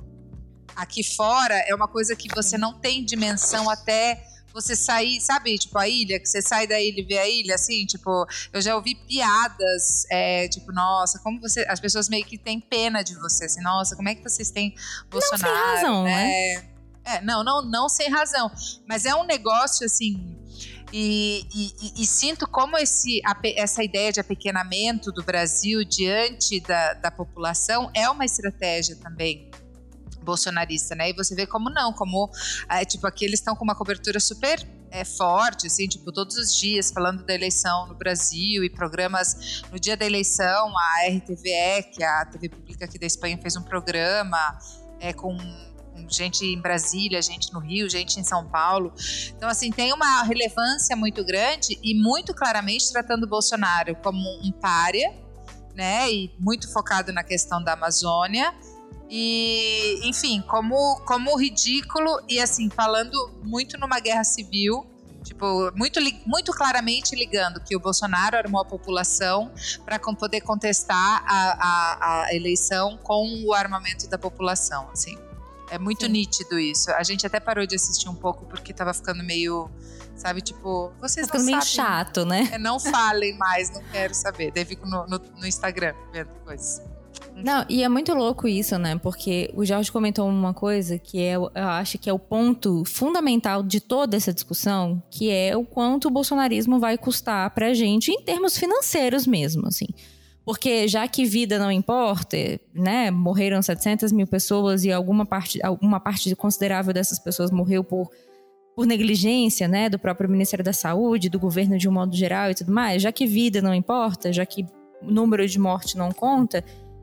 aqui fora é uma coisa que você não tem dimensão até você sair, sabe, tipo, a ilha, que você sai da ilha e vê a ilha, assim, tipo, eu já ouvi piadas, tipo, nossa, como as pessoas meio que têm pena de você, assim, nossa, como é que vocês têm Bolsonaro, não sem razão, né? Não sem razão, mas é um negócio, assim, e sinto como essa ideia de apequenamento do Brasil diante da população é uma estratégia também bolsonarista, né? E você vê como tipo, aqui eles estão com uma cobertura super forte, assim, tipo, todos os dias falando da eleição no Brasil e programas no dia da eleição. A RTVE, que é a TV pública aqui da Espanha, fez um programa com gente em Brasília, gente no Rio, gente em São Paulo. Então, assim, tem uma relevância muito grande e muito claramente tratando o Bolsonaro como um pária, né, e muito focado na questão da Amazônia. E, enfim, como ridículo e, assim, falando muito numa guerra civil, tipo, muito claramente ligando que o Bolsonaro armou a população para poder contestar a eleição com o armamento da população, assim. É muito nítido isso. A gente até parou de assistir um pouco porque tava ficando meio, sabe, tipo, vocês não sabem. Meio chato, né? Não falem mais, não quero saber. Daí fico no Instagram vendo coisas. Não, e é muito louco isso, né? Porque o Jorge comentou uma coisa que eu acho que é o ponto fundamental de toda essa discussão, que é o quanto o bolsonarismo vai custar pra gente em termos financeiros mesmo, assim. Porque já que vida não importa, né? Morreram 700 mil pessoas e uma parte considerável dessas pessoas morreu por negligência, né? Do próprio Ministério da Saúde, do governo de um modo geral e tudo mais. Já que vida não importa, já que o número de morte não conta,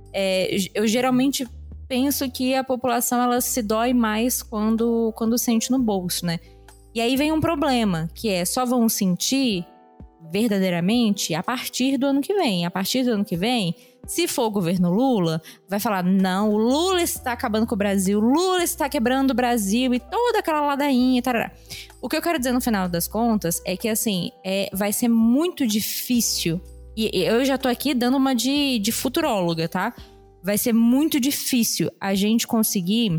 eu geralmente penso que a população ela se dói mais quando sente no bolso, né? E aí vem um problema, que só vão sentir verdadeiramente a partir do ano que vem. A partir do ano que vem, se for o governo Lula, vai falar, não, o Lula está acabando com o Brasil, o Lula está quebrando o Brasil e toda aquela ladainha e tarará. O que eu quero dizer no final das contas é que, assim, vai ser muito difícil. E eu já tô aqui dando uma de futuróloga, tá? Vai ser muito difícil a gente conseguir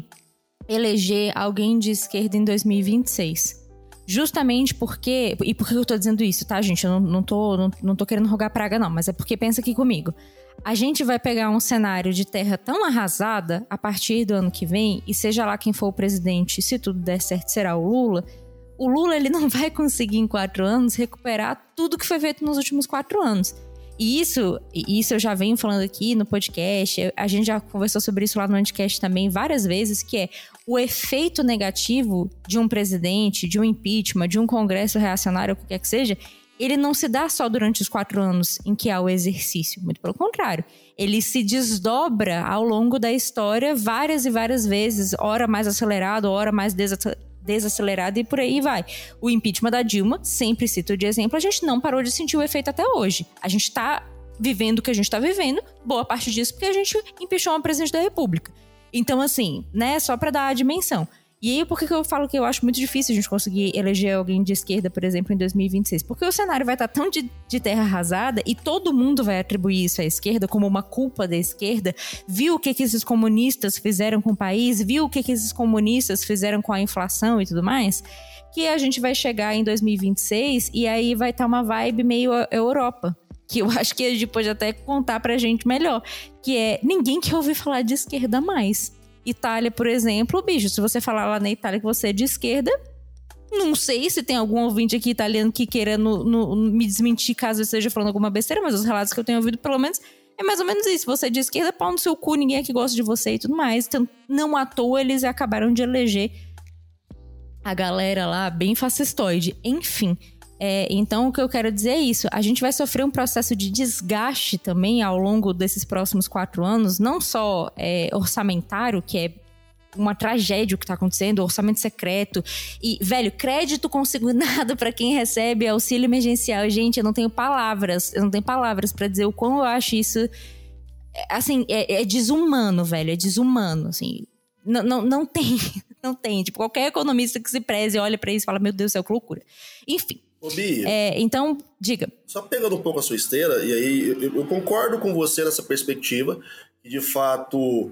eleger alguém de esquerda em 2026. Justamente porque... E por que eu tô dizendo isso, tá, gente? Eu não tô querendo rogar praga, não. Mas é porque pensa aqui comigo. A gente vai pegar um cenário de terra tão arrasada a partir do ano que vem, e seja lá quem for o presidente, se tudo der certo, será o Lula. O Lula, ele não vai conseguir em 4 anos recuperar tudo que foi feito nos últimos 4 anos. E isso eu já venho falando aqui no podcast, a gente já conversou sobre isso lá no Anticast também várias vezes, que é o efeito negativo de um presidente, de um impeachment, de um congresso reacionário, o que quer que seja, ele não se dá só durante os 4 anos em que há o exercício, muito pelo contrário. Ele se desdobra ao longo da história várias e várias vezes, ora mais acelerado, ora mais desacelerado e por aí vai. O impeachment da Dilma, sempre cito de exemplo, a gente não parou de sentir o efeito até hoje. A gente tá vivendo o que a gente tá vivendo, boa parte disso porque a gente impeachou uma presidente da República. Então, assim, né, só pra dar a dimensão. E aí, por que eu falo que eu acho muito difícil a gente conseguir eleger alguém de esquerda, por exemplo, em 2026? Porque o cenário vai estar tão de terra arrasada e todo mundo vai atribuir isso à esquerda como uma culpa da esquerda. Viu o que esses comunistas fizeram com o país? Viu o que esses comunistas fizeram com a inflação e tudo mais? Que a gente vai chegar em 2026 e aí vai estar uma vibe meio Europa. Que eu acho que a gente pode até contar pra gente melhor. Que é, ninguém quer ouvir falar de esquerda mais. Itália, por exemplo, bicho, se você falar lá na Itália que você é de esquerda, não sei se tem algum ouvinte aqui italiano que queira me desmentir caso eu esteja falando alguma besteira, mas os relatos que eu tenho ouvido, pelo menos, é mais ou menos isso. Você é de esquerda, pau no seu cu, ninguém aqui gosta de você e tudo mais. Então, não à toa, eles acabaram de eleger a galera lá bem fascistoide. Enfim, então o que eu quero dizer é isso. A gente vai sofrer um processo de desgaste também ao longo desses próximos 4 anos, não só orçamentário, que é uma tragédia o que tá acontecendo, orçamento secreto e, velho, crédito consignado para quem recebe auxílio emergencial. Gente, eu não tenho palavras para dizer o quão eu acho isso, assim, é desumano, velho, é desumano, assim. Não tem, tipo, qualquer economista que se preze olha para isso e fala, meu Deus do céu, que loucura. Enfim. Ô, Bia, então, diga. Só pegando um pouco a sua esteira, e aí eu concordo com você nessa perspectiva, que de fato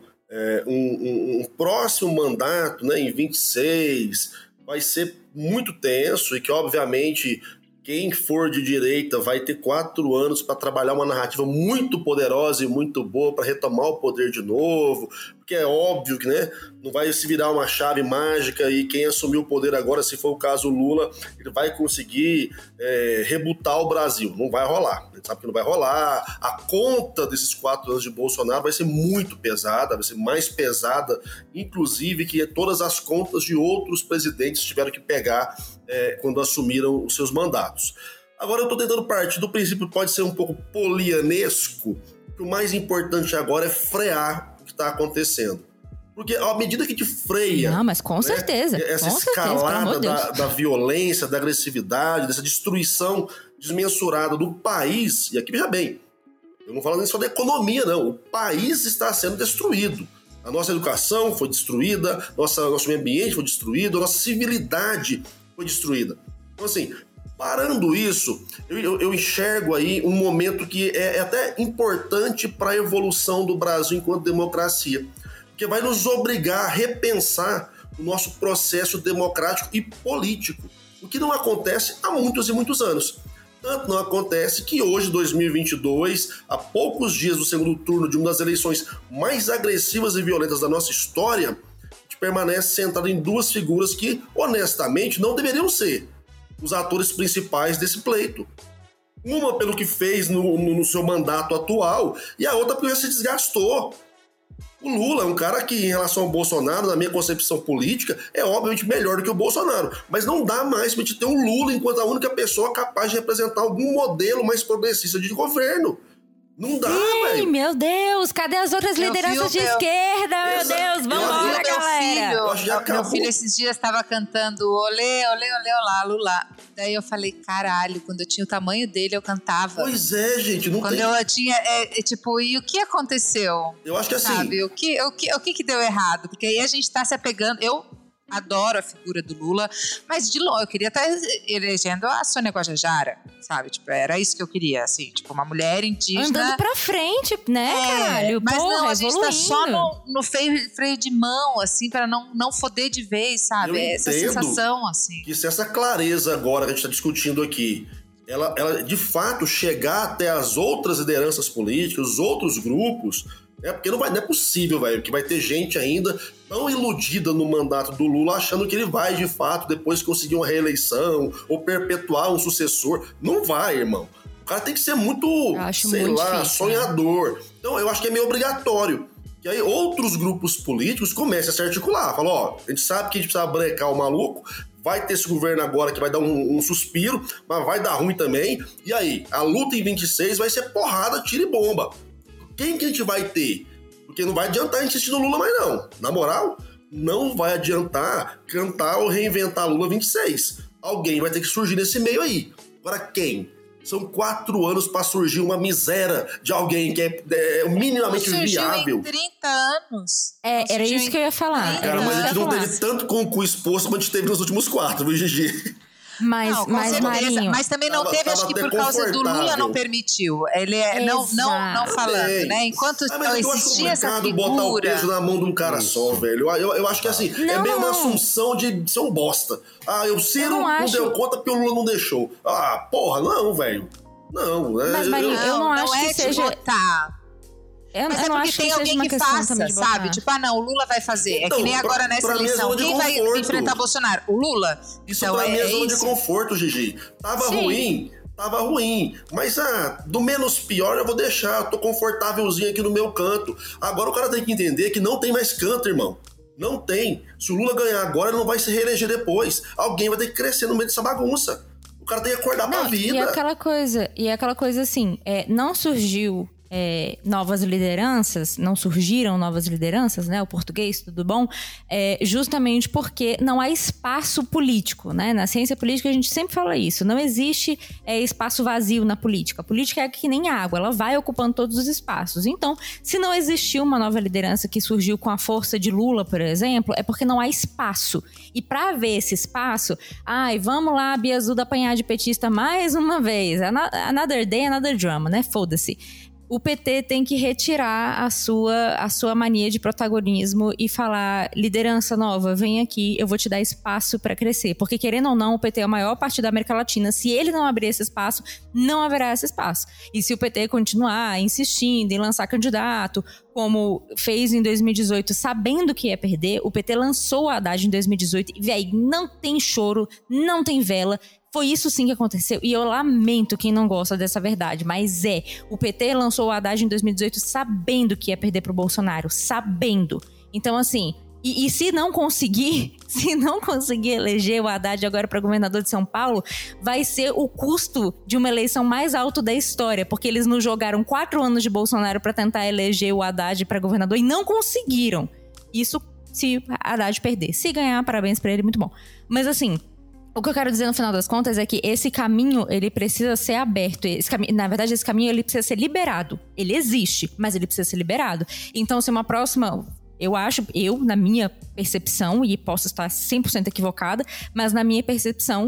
um próximo mandato, né, em 26 vai ser muito tenso e que obviamente quem for de direita vai ter 4 anos para trabalhar uma narrativa muito poderosa e muito boa para retomar o poder de novo, porque é óbvio que, né, não vai se virar uma chave mágica e quem assumir o poder agora, se for o caso Lula, ele vai conseguir rebutar o Brasil. Não vai rolar. A gente sabe que não vai rolar. A conta desses 4 anos de Bolsonaro vai ser muito pesada, vai ser mais pesada, inclusive, que todas as contas de outros presidentes tiveram que pegar quando assumiram os seus mandatos. Agora eu estou tentando partir do princípio que pode ser um pouco polianesco, que o mais importante agora é frear o que está acontecendo. Porque à medida que te freia... Não, mas com certeza. Essa escalada da violência, da agressividade, dessa destruição desmensurada do país... E aqui, veja bem, eu não falo nem só da economia, não. O país está sendo destruído. A nossa educação foi destruída, nosso meio ambiente foi destruído, a nossa civilidade foi destruída. Então, assim... Parando isso, eu enxergo aí um momento que é até importante para a evolução do Brasil enquanto democracia, que vai nos obrigar a repensar o nosso processo democrático e político, o que não acontece há muitos e muitos anos. Tanto não acontece que hoje, 2022, a poucos dias do segundo turno de uma das eleições mais agressivas e violentas da nossa história, a gente permanece sentado em 2 figuras que, honestamente, não deveriam ser os atores principais desse pleito. Uma pelo que fez no seu mandato atual e a outra porque já se desgastou. O Lula é um cara que, em relação ao Bolsonaro, na minha concepção política, é obviamente melhor do que o Bolsonaro. Mas não dá mais pra gente ter um Lula enquanto a única pessoa capaz de representar algum modelo mais progressista de governo. Não dá, velho. Meu Deus, cadê as outras lideranças de esquerda? Meu Deus, vambora, galera. Meu filho esses dias estava cantando olê, olê, olê, olá, Lula. Daí eu falei, caralho, quando eu tinha o tamanho dele, eu cantava. Pois é, gente, não quando tem... eu tinha, tipo, e o que aconteceu? Eu acho que assim... Sabe, o que deu errado? Porque aí a gente tá se apegando... Eu adoro a figura do Lula, mas de longe, eu queria estar elegendo a Sônia Guajajara, sabe? Tipo, era isso que eu queria, assim, tipo, uma mulher indígena... Andando pra frente, né, caralho? Mas porra, não, a gente evoluindo. tá só no freio de mão, assim, pra não foder de vez, sabe? Essa sensação, assim. Que se essa clareza agora que a gente tá discutindo aqui, ela de fato chegar até as outras lideranças políticas, os outros grupos... Porque não é possível, velho, que vai ter gente ainda tão iludida no mandato do Lula achando que ele vai, de fato, depois conseguir uma reeleição ou perpetuar um sucessor. Não vai, irmão. O cara tem que ser muito, sei lá, difícil, sonhador. Então, eu acho que é meio obrigatório. E aí, outros grupos políticos começam a se articular. Falam, ó, a gente sabe que a gente precisa brecar o maluco, vai ter esse governo agora que vai dar um suspiro, mas vai dar ruim também. E aí, a luta em 26 vai ser porrada, tiro e bomba. Quem que a gente vai ter? Porque não vai adiantar a gente assistir no Lula mais não. Na moral, não vai adiantar cantar ou reinventar Lula 26. Alguém vai ter que surgir nesse meio aí. Agora quem? São 4 anos pra surgir uma miséria de alguém que é minimamente viável. Em 30 anos. Era isso que eu ia falar. Cara, mas a gente não teve tanto com o cu exposto quanto a gente teve nos últimos 4, viu, Gigi? Mas Marinho... Mas também não teve, acho que por causa do Lula não permitiu. Ele não falando, né? Enquanto existia essa figura... botar o peso na mão de um cara só, velho. Eu acho que assim, é meio uma assunção de ser um bosta. O Ciro não deu conta porque o Lula não deixou. Porra, não, velho. Não. Mas, Marinho, eu não acho que seja... Mas é porque tem alguém que faça, sabe? Tipo, não, o Lula vai fazer. Então, é que nem agora nessa eleição. Quem vai enfrentar Bolsonaro? O Lula? Isso então, pra mim é zona de conforto, Gigi. Tava ruim. Mas, do menos pior eu vou deixar. Eu tô confortávelzinho aqui no meu canto. Agora o cara tem que entender que não tem mais canto, irmão. Não tem. Se o Lula ganhar agora, ele não vai se reeleger depois. Alguém vai ter que crescer no meio dessa bagunça. O cara tem que acordar pra vida. E aquela coisa assim, não surgiu... novas lideranças, não surgiram novas lideranças, né? O português, tudo bom? Justamente porque não há espaço político, né? Na ciência política a gente sempre fala isso. Não existe espaço vazio na política. A política é que nem água, ela vai ocupando todos os espaços. Então, se não existiu uma nova liderança que surgiu com a força de Lula, por exemplo, é porque não há espaço. E para haver esse espaço, vamos lá, Bia Azul apanhar de petista mais uma vez. Another day, another drama, né? Foda-se. o PT tem que retirar a sua mania de protagonismo e falar: liderança nova, vem aqui, eu vou te dar espaço para crescer. Porque, querendo ou não, o PT é o maior partido da América Latina. Se ele não abrir esse espaço, não haverá esse espaço. E se o PT continuar insistindo em lançar candidato, como fez em 2018, sabendo que ia perder, o PT lançou o Haddad em 2018 e, véi, não tem choro, não tem vela. Foi isso sim que aconteceu, e eu lamento quem não gosta dessa verdade, mas o PT lançou o Haddad em 2018 sabendo que ia perder pro Bolsonaro, sabendo. Então, assim, e se não conseguir eleger o Haddad agora para governador de São Paulo, vai ser o custo de uma eleição mais alto da história, porque eles nos jogaram 4 anos de Bolsonaro para tentar eleger o Haddad para governador e não conseguiram. Isso se Haddad perder. Se ganhar, parabéns para ele, muito bom. Mas assim, o que eu quero dizer no final das contas é que esse caminho, ele precisa ser aberto. Na verdade, esse caminho, ele precisa ser liberado. Ele existe, mas ele precisa ser liberado. Então, se uma próxima... na minha percepção, e posso estar 100% equivocada, mas na minha percepção,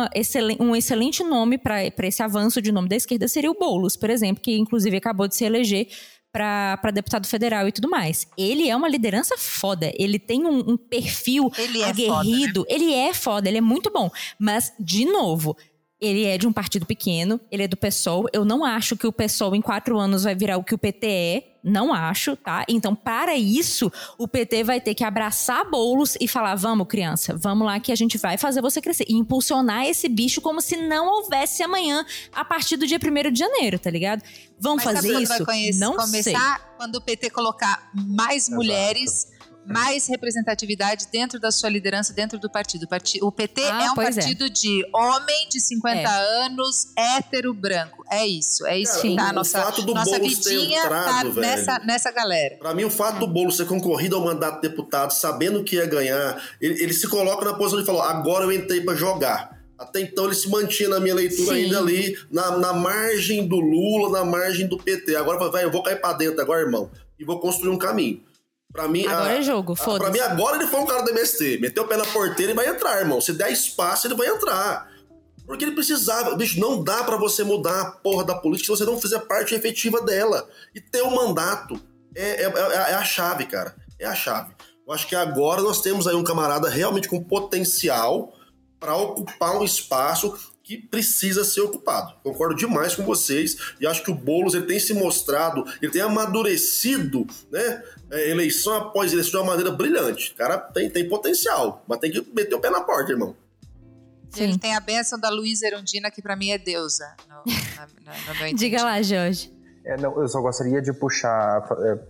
um excelente nome para esse avanço de nome da esquerda seria o Boulos, por exemplo, que inclusive acabou de se eleger para deputado federal e tudo mais. Ele é uma liderança foda, ele tem um perfil aguerrido, foda, né? Ele é foda, ele é muito bom, mas, de novo, ele é de um partido pequeno, ele é do PSOL. Eu não acho que o PSOL em 4 anos vai virar o que o PT é. Não acho, tá? Então, para isso, o PT vai ter que abraçar Boulos e falar: vamos, criança, vamos lá que a gente vai fazer você crescer. E impulsionar esse bicho como se não houvesse amanhã a partir do dia 1º de janeiro, tá ligado? Vamos fazer isso? Não sei. Começar quando o PT colocar mais mulheres... mais representatividade dentro da sua liderança, dentro do partido. O PT é um partido de homem de 50 anos, hétero, branco. É isso. É isso que tá. Nossa vidinha tá nessa galera. Pra mim, o fato do Boulos ser concorrido ao mandato de deputado, sabendo que ia ganhar, ele se coloca na posição de falar: agora eu entrei pra jogar. Até então ele se mantinha na minha leitura ainda ali, na margem do Lula, na margem do PT. Agora, eu vou cair pra dentro agora, irmão, e vou construir um caminho. Pra mim, agora é jogo, foda-se. Pra mim, agora ele foi um cara do MST. Meteu o pé na porteira e vai entrar, irmão. Se der espaço, ele vai entrar. Porque ele precisava. Bicho, não dá pra você mudar a porra da política se você não fizer parte efetiva dela. E ter um mandato é a chave, cara. É a chave. Eu acho que agora nós temos aí um camarada realmente com potencial pra ocupar um espaço que precisa ser ocupado. Concordo demais com vocês e acho que o Boulos, ele tem se mostrado, ele tem amadurecido, né, eleição após eleição de uma maneira brilhante. O cara tem potencial, mas tem que meter o pé na porta, irmão. Sim. Ele tem a bênção da Luísa Erundina, que pra mim é deusa no meu entendimento. Diga lá, Jorge. Eu só gostaria de puxar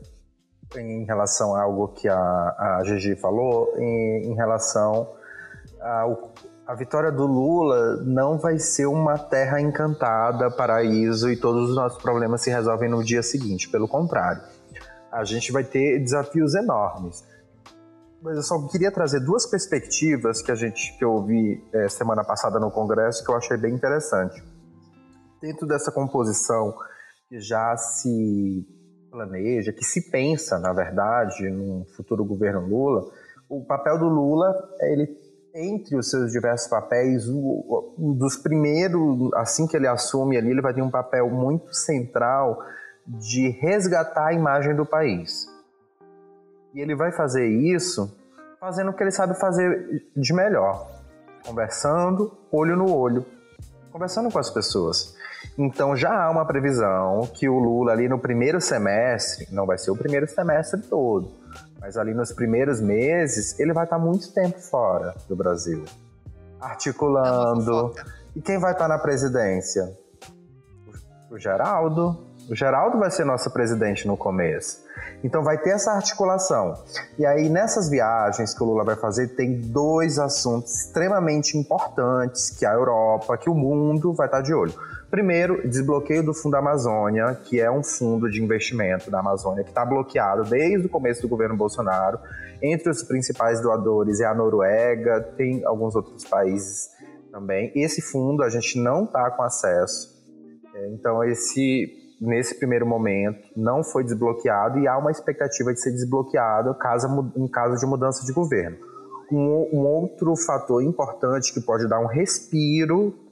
em relação a algo que a Gigi falou, em relação a vitória do Lula não vai ser uma terra encantada, paraíso, e todos os nossos problemas se resolvem no dia seguinte. Pelo contrário, a gente vai ter desafios enormes. Mas eu só queria trazer 2 perspectivas que eu ouvi semana passada no Congresso, que eu achei bem interessante. Dentro dessa composição que já se planeja, que se pensa, na verdade, num futuro governo Lula, o papel do Lula, ele, entre os seus diversos papéis, um dos primeiros, assim que ele assume ali, ele vai ter um papel muito central de resgatar a imagem do país. E ele vai fazer isso fazendo o que ele sabe fazer de melhor, conversando, olho no olho, conversando com as pessoas. Então já há uma previsão que o Lula ali no primeiro semestre, não vai ser o primeiro semestre todo, mas ali nos primeiros meses, ele vai estar muito tempo fora do Brasil, articulando. E quem vai estar na presidência? O Geraldo. O Geraldo vai ser nosso presidente no começo. Então vai ter essa articulação. E aí nessas viagens que o Lula vai fazer, tem 2 assuntos extremamente importantes que a Europa, que o mundo vai estar de olho. Primeiro, desbloqueio do Fundo Amazônia, que é um fundo de investimento da Amazônia que está bloqueado desde o começo do governo Bolsonaro. Entre os principais doadores é a Noruega, tem alguns outros países também. Esse fundo a gente não está com acesso. Então, nesse primeiro momento, não foi desbloqueado e há uma expectativa de ser desbloqueado em caso de mudança de governo. Um outro fator importante que pode dar um respiro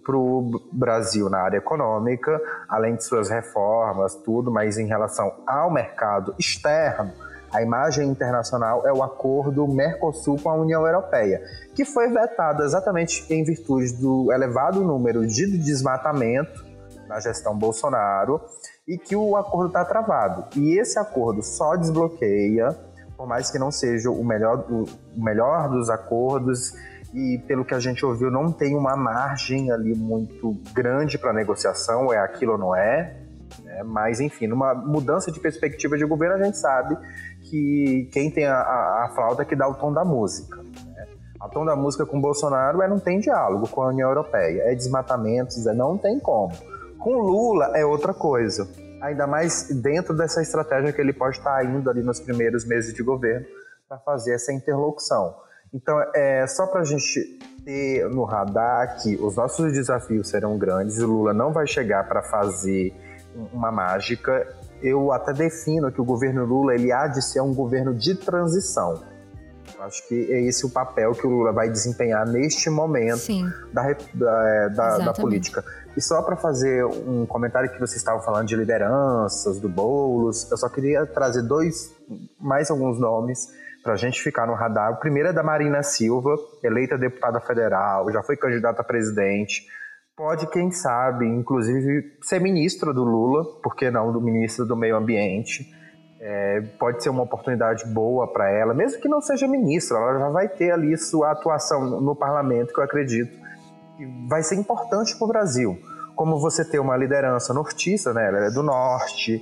para o Brasil na área econômica, além de suas reformas, tudo, mas em relação ao mercado externo, a imagem internacional é o acordo Mercosul com a União Europeia, que foi vetado exatamente em virtude do elevado número de desmatamento na gestão Bolsonaro e que o acordo está travado. E esse acordo só desbloqueia, por mais que não seja o melhor dos acordos, e pelo que a gente ouviu, não tem uma margem ali muito grande para negociação, é aquilo ou não é, né? Mas enfim, numa mudança de perspectiva de governo, a gente sabe que quem tem a flauta é que dá o tom da música, né? O tom da música com Bolsonaro não tem diálogo com a União Europeia, é desmatamento, não tem como. Com Lula é outra coisa, ainda mais dentro dessa estratégia que ele pode estar indo ali nos primeiros meses de governo para fazer essa interlocução. Então, só para a gente ter no radar que os nossos desafios serão grandes, o Lula não vai chegar para fazer uma mágica. Eu até defino que o governo Lula ele há de ser um governo de transição. Eu acho que é esse o papel que o Lula vai desempenhar neste momento da política. E só para fazer um comentário que vocês estavam falando de lideranças, do Boulos, eu só queria trazer mais alguns nomes para a gente ficar no radar. O primeiro é da Marina Silva, eleita deputada federal, já foi candidata a presidente. Pode, quem sabe, inclusive, ser ministra do Lula, por que não, do ministro do Meio Ambiente. Pode ser uma oportunidade boa para ela, mesmo que não seja ministra, ela já vai ter ali sua atuação no parlamento, que eu acredito que vai ser importante para o Brasil. Como você ter uma liderança nortista, né? Ela é do norte,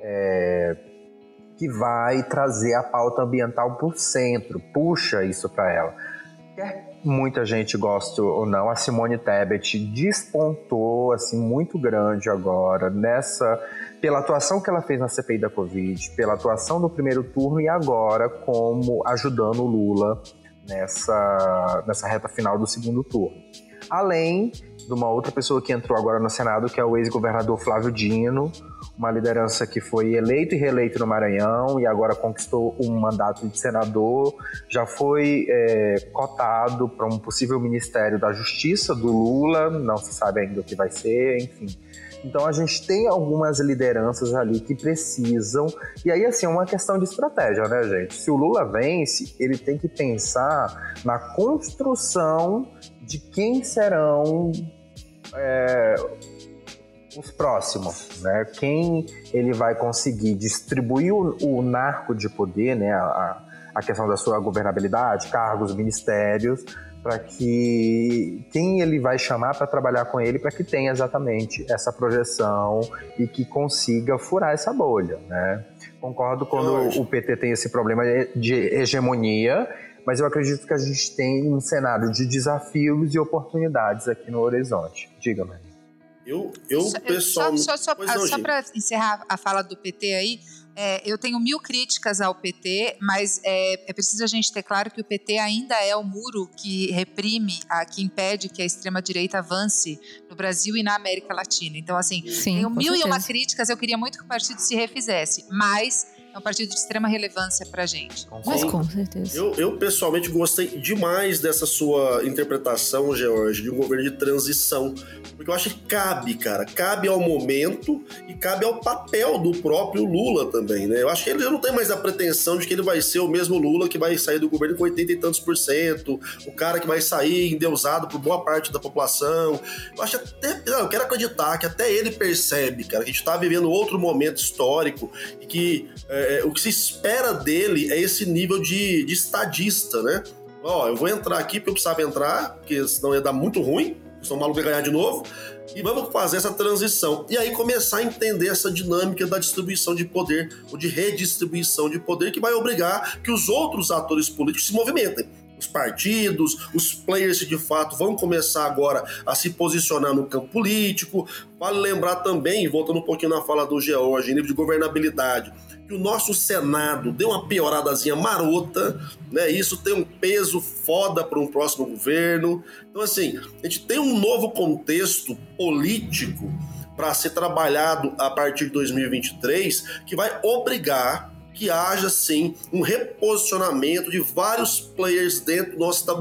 que vai trazer a pauta ambiental para o centro, puxa isso para ela. Quer muita gente goste ou não, a Simone Tebet despontou assim, muito grande agora, pela atuação que ela fez na CPI da Covid, pela atuação no primeiro turno e agora como ajudando o Lula nessa reta final do segundo turno. Além de uma outra pessoa que entrou agora no Senado, que é o ex-governador Flávio Dino, uma liderança que foi eleito e reeleito no Maranhão e agora conquistou um mandato de senador, já foi cotado para um possível Ministério da Justiça do Lula, não se sabe ainda o que vai ser, enfim. Então a gente tem algumas lideranças ali que precisam, e aí assim, é uma questão de estratégia, né, gente? Se o Lula vence, ele tem que pensar na construção de quem serão os próximos, né? Quem ele vai conseguir distribuir o narco de poder, né? A questão da sua governabilidade, cargos, ministérios, para que quem ele vai chamar para trabalhar com ele, para que tenha exatamente essa projeção e que consiga furar essa bolha, né? Concordo quando o PT tem esse problema de hegemonia, mas eu acredito que a gente tem um cenário de desafios e oportunidades aqui no horizonte. Diga, Maria. Eu pessoalmente... Só para encerrar a fala do PT aí, eu tenho 1000 críticas ao PT, mas é preciso a gente ter claro que o PT ainda é o muro que reprime, que impede que a extrema-direita avance no Brasil e na América Latina. Então, assim, tenho 1001 críticas, eu queria muito que o partido se refizesse, mas é um partido de extrema relevância pra gente. Mas com certeza. Eu pessoalmente gostei demais dessa sua interpretação, George, de um governo de transição. Porque eu acho que cabe ao momento e cabe ao papel do próprio Lula também, né? Eu acho que ele não tem mais a pretensão de que ele vai ser o mesmo Lula que vai sair do governo com 80 e tantos %, o cara que vai sair endeusado por boa parte da população. Eu acho eu quero acreditar que até ele percebe, cara, que a gente tá vivendo outro momento histórico e que o que se espera dele é esse nível de estadista, né? Eu vou entrar aqui porque eu precisava entrar, porque senão ia dar muito ruim, senão o maluco ia ganhar de novo, e vamos fazer essa transição. E aí começar a entender essa dinâmica da distribuição de poder, ou de redistribuição de poder, que vai obrigar que os outros atores políticos se movimentem. Os partidos, os players que de fato vão começar agora a se posicionar no campo político. Vale lembrar também, voltando um pouquinho na fala do George, em nível de governabilidade, que o nosso Senado deu uma pioradazinha marota, né? Isso tem um peso foda para um próximo governo. Então, assim, a gente tem um novo contexto político para ser trabalhado a partir de 2023, que vai obrigar que haja, sim, um reposicionamento de vários players dentro do nosso tabuleiro.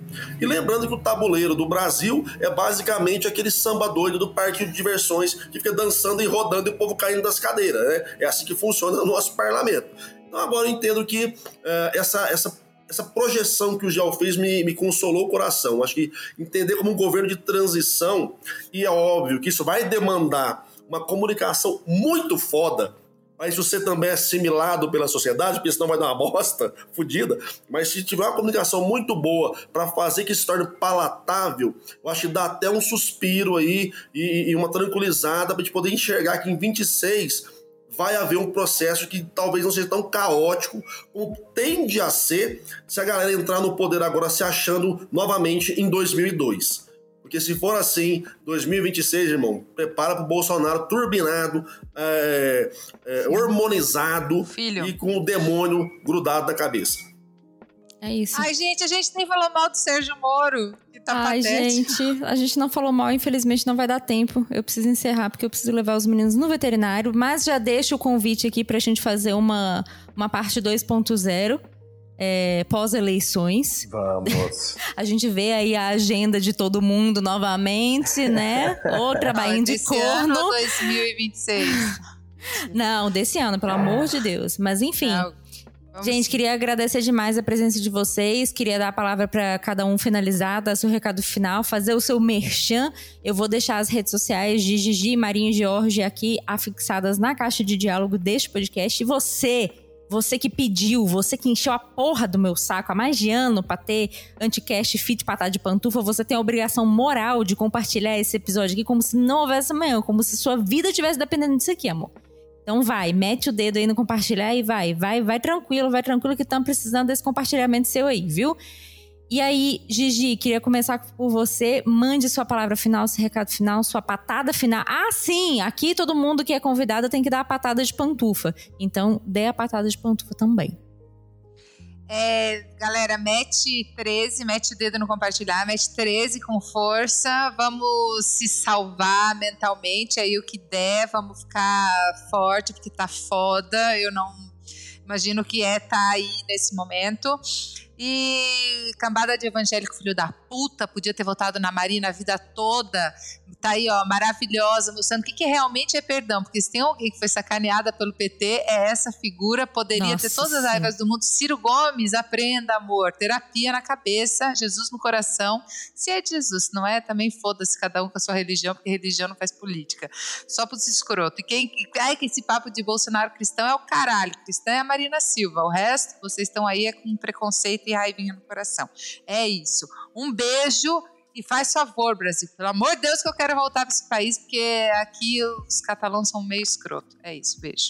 E lembrando que o tabuleiro do Brasil é basicamente aquele samba doido do parque de diversões que fica dançando e rodando e o povo caindo das cadeiras, né? É assim que funciona no nosso parlamento. Então agora eu entendo que essa projeção que o Gel fez me consolou o coração. Acho que entender como um governo de transição, e é óbvio que isso vai demandar uma comunicação muito foda, mas se você também é assimilado pela sociedade, porque senão vai dar uma bosta fodida, mas se tiver uma comunicação muito boa para fazer que se torne palatável, eu acho que dá até um suspiro aí e uma tranquilizada para a gente poder enxergar que em 26 vai haver um processo que talvez não seja tão caótico como tende a ser se a galera entrar no poder agora se achando novamente em 2002. Porque se for assim, 2026, irmão, prepara pro Bolsonaro turbinado, hormonizado e com o demônio grudado na cabeça. É isso. Ai, gente, a gente nem falou mal do Sérgio Moro, que tá patético. Gente, a gente não falou mal, infelizmente não vai dar tempo. Eu preciso encerrar, porque eu preciso levar os meninos no veterinário. Mas já deixo o convite aqui pra gente fazer uma parte 2.0. Pós-eleições. Vamos. A gente vê aí a agenda de todo mundo novamente, né? Outra bainha de corno. Ano 2026. Não, desse ano, pelo amor de Deus. Mas enfim. Gente, queria agradecer demais a presença de vocês. Queria dar a palavra para cada um finalizar, dar seu recado final, fazer o seu merchan. Eu vou deixar as redes sociais de Gigi e Marinho Jorge aqui afixadas na caixa de diálogo deste podcast. E você que pediu, você que encheu a porra do meu saco há mais de ano pra ter Anticast Fit Patada de Pantufa, você tem a obrigação moral de compartilhar esse episódio aqui como se não houvesse amanhã, como se sua vida estivesse dependendo disso aqui, amor. Então vai, mete o dedo aí no compartilhar e vai tranquilo que estamos precisando desse compartilhamento seu aí, viu? E aí, Gigi, queria começar por você. Mande sua palavra final, seu recado final, sua patada final. Ah, sim! Aqui todo mundo que é convidado tem que dar a patada de pantufa. Então, dê a patada de pantufa também. Galera, mete 13, mete o dedo no compartilhar, mete 13 com força. Vamos se salvar mentalmente aí o que der. Vamos ficar forte, porque tá foda. Eu não imagino o que tá aí nesse momento. E cambada de evangélico filho da puta, podia ter votado na Marina a vida toda, tá aí ó, maravilhosa, mostrando o que realmente é perdão, porque se tem alguém que foi sacaneada pelo PT, é essa figura, poderia ter todas as raivas do mundo. Ciro Gomes, aprenda amor, terapia na cabeça, Jesus no coração, se é de Jesus, não é, também foda-se cada um com a sua religião, porque religião não faz política, só pros escroto. E que esse papo de Bolsonaro cristão é o caralho, cristão é a Marina Silva, o resto, vocês estão aí com preconceito e raivinha no coração. É isso. Um beijo e faz favor, Brasil. Pelo amor de Deus que eu quero voltar para esse país, porque aqui os catalãos são meio escroto. É isso, beijo.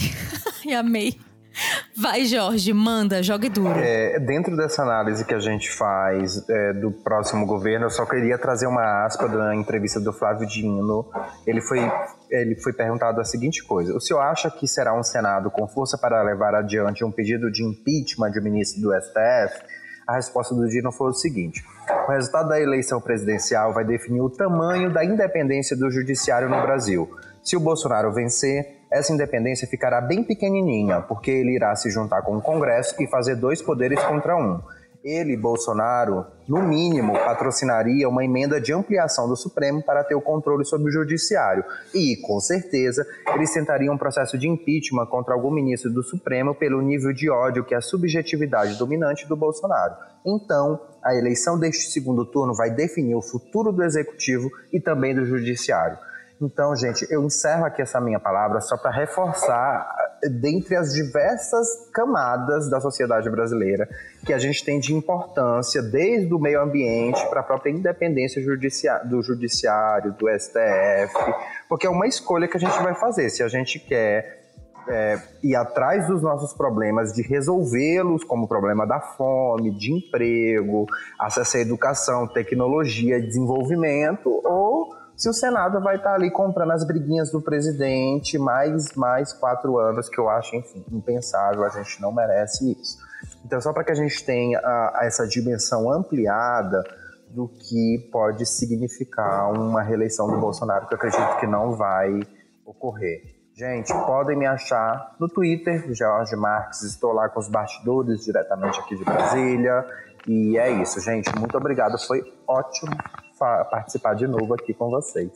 E amei. Vai, Jorge, manda, jogue duro. Dentro dessa análise que a gente faz do próximo governo, eu só queria trazer uma aspa da entrevista do Flávio Dino. Ele foi perguntado a seguinte coisa: o senhor acha que será um Senado com força para levar adiante um pedido de impeachment de um ministro do STF? A resposta do Dino foi o seguinte: o resultado da eleição presidencial vai definir o tamanho da independência do judiciário no Brasil. Se o Bolsonaro vencer, essa independência ficará bem pequenininha, porque ele irá se juntar com o Congresso e fazer dois poderes contra um. Ele, Bolsonaro, no mínimo, patrocinaria uma emenda de ampliação do Supremo para ter o controle sobre o Judiciário. E, com certeza, eles tentariam um processo de impeachment contra algum ministro do Supremo pelo nível de ódio que é a subjetividade dominante do Bolsonaro. Então, a eleição deste segundo turno vai definir o futuro do Executivo e também do Judiciário. Então, gente, eu encerro aqui essa minha palavra só para reforçar, dentre as diversas camadas da sociedade brasileira, que a gente tem de importância, desde o meio ambiente para a própria independência do judiciário, do STF, porque é uma escolha que a gente vai fazer. Se a gente quer ir atrás dos nossos problemas, de resolvê-los, como o problema da fome, de emprego, acesso à educação, tecnologia, desenvolvimento, ou se o Senado vai estar ali comprando as briguinhas do presidente mais 4 anos, que eu acho, enfim, impensável, a gente não merece isso. Então, só para que a gente tenha essa dimensão ampliada do que pode significar uma reeleição do Bolsonaro, que eu acredito que não vai ocorrer. Gente, podem me achar no Twitter, Jorge Marques, estou lá com os bastidores diretamente aqui de Brasília. E é isso, gente. Muito obrigado. Foi ótimo participar de novo aqui com vocês.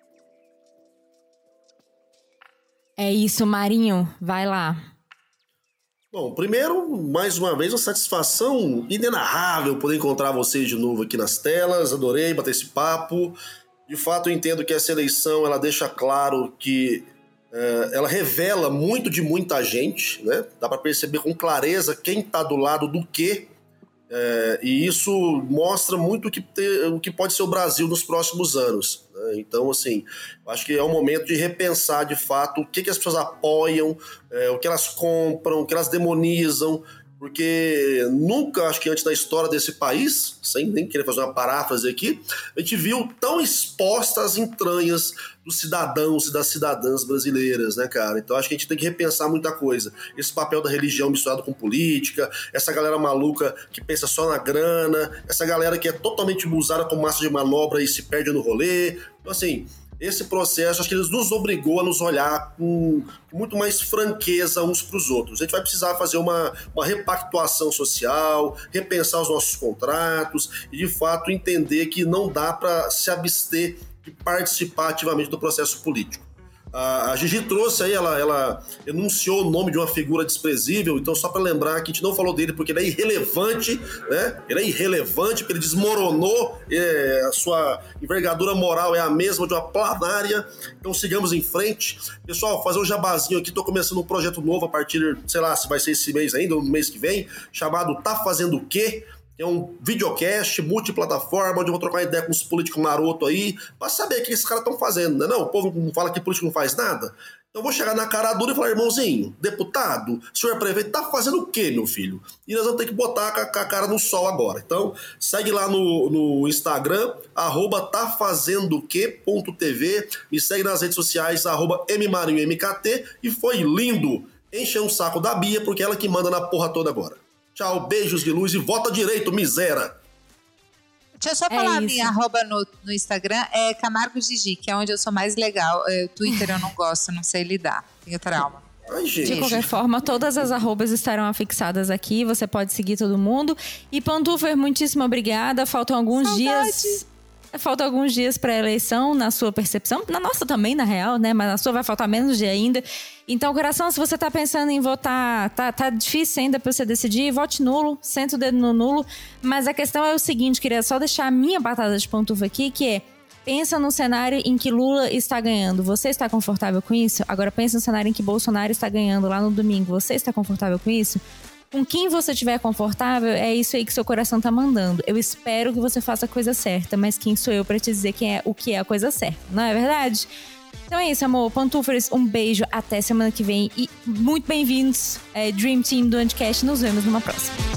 É isso, Marinho. Vai lá. Bom, primeiro, mais uma vez, uma satisfação inenarrável poder encontrar vocês de novo aqui nas telas. Adorei bater esse papo. De fato, eu entendo que essa eleição ela deixa claro que ela revela muito de muita gente, né? Dá para perceber com clareza quem está do lado do quê. E isso mostra muito o que pode ser o Brasil nos próximos anos, né? Então, assim, acho que é o momento de repensar de fato o que as pessoas apoiam, o que elas compram, o que elas demonizam, porque nunca, acho que antes da história desse país, sem nem querer fazer uma paráfrase aqui, a gente viu tão expostas as entranhas dos cidadãos e das cidadãs brasileiras, né, cara? Então acho que a gente tem que repensar muita coisa. Esse papel da religião misturado com política, essa galera maluca que pensa só na grana, essa galera que é totalmente usada como massa de manobra e se perde no rolê. Então, assim, esse processo, acho que ele nos obrigou a nos olhar com muito mais franqueza uns para os outros. A gente vai precisar fazer uma repactuação social, repensar os nossos contratos e, de fato, entender que não dá para se abster de participar ativamente do processo político. A Gigi trouxe aí, ela enunciou o nome de uma figura desprezível, então só para lembrar que a gente não falou dele porque ele é irrelevante, né? Ele é irrelevante porque ele desmoronou, a sua envergadura moral é a mesma de uma planária, então sigamos em frente. Pessoal, fazer um jabazinho aqui, tô começando um projeto novo a partir, sei lá, se vai ser esse mês ainda ou no mês que vem, chamado Tá Fazendo O Quê? É um videocast multiplataforma, onde eu vou trocar ideia com os políticos marotos aí, pra saber o que esses caras estão fazendo, né? Não, o povo não fala que político não faz nada. Então eu vou chegar na cara dura e falar, irmãozinho, deputado, senhor prefeito, tá fazendo o quê, meu filho? E nós vamos ter que botar com a cara no sol agora. Então, segue lá no Instagram, @tafazendoque.tv, me segue nas redes sociais, @mmarinhomkt, e foi lindo encher um saco da Bia, porque é ela que manda na porra toda agora. Tchau, beijos de luz e vota direito, miséria. Deixa eu só falar, minha arroba no Instagram é Camargo Gigi, que é onde eu sou mais legal. O Twitter eu não gosto, não sei lidar, tenho trauma. Ai, gente. De qualquer forma, todas as arrobas estarão afixadas aqui, você pode seguir todo mundo. E Pantufer, muitíssimo obrigada, faltam alguns dias... Faltam alguns dias para a eleição, na sua percepção. Na nossa também, na real, né? Mas na sua vai faltar menos dia ainda. Então, coração, se você tá pensando em votar, tá difícil ainda para você decidir, vote nulo, senta o dedo no nulo. Mas a questão é o seguinte, queria só deixar a minha batata de pantufa aqui, que é: pensa no cenário em que Lula está ganhando. Você está confortável com isso? Agora pensa no cenário em que Bolsonaro está ganhando lá no domingo. Você está confortável com isso? Com quem você estiver confortável, é isso aí que seu coração tá mandando. Eu espero que você faça a coisa certa, mas quem sou eu pra te dizer o que é a coisa certa, não é verdade? Então é isso, amor. Pantufers, um beijo, até semana que vem e muito bem-vindos, Dream Team do Anticast. Nos vemos numa próxima.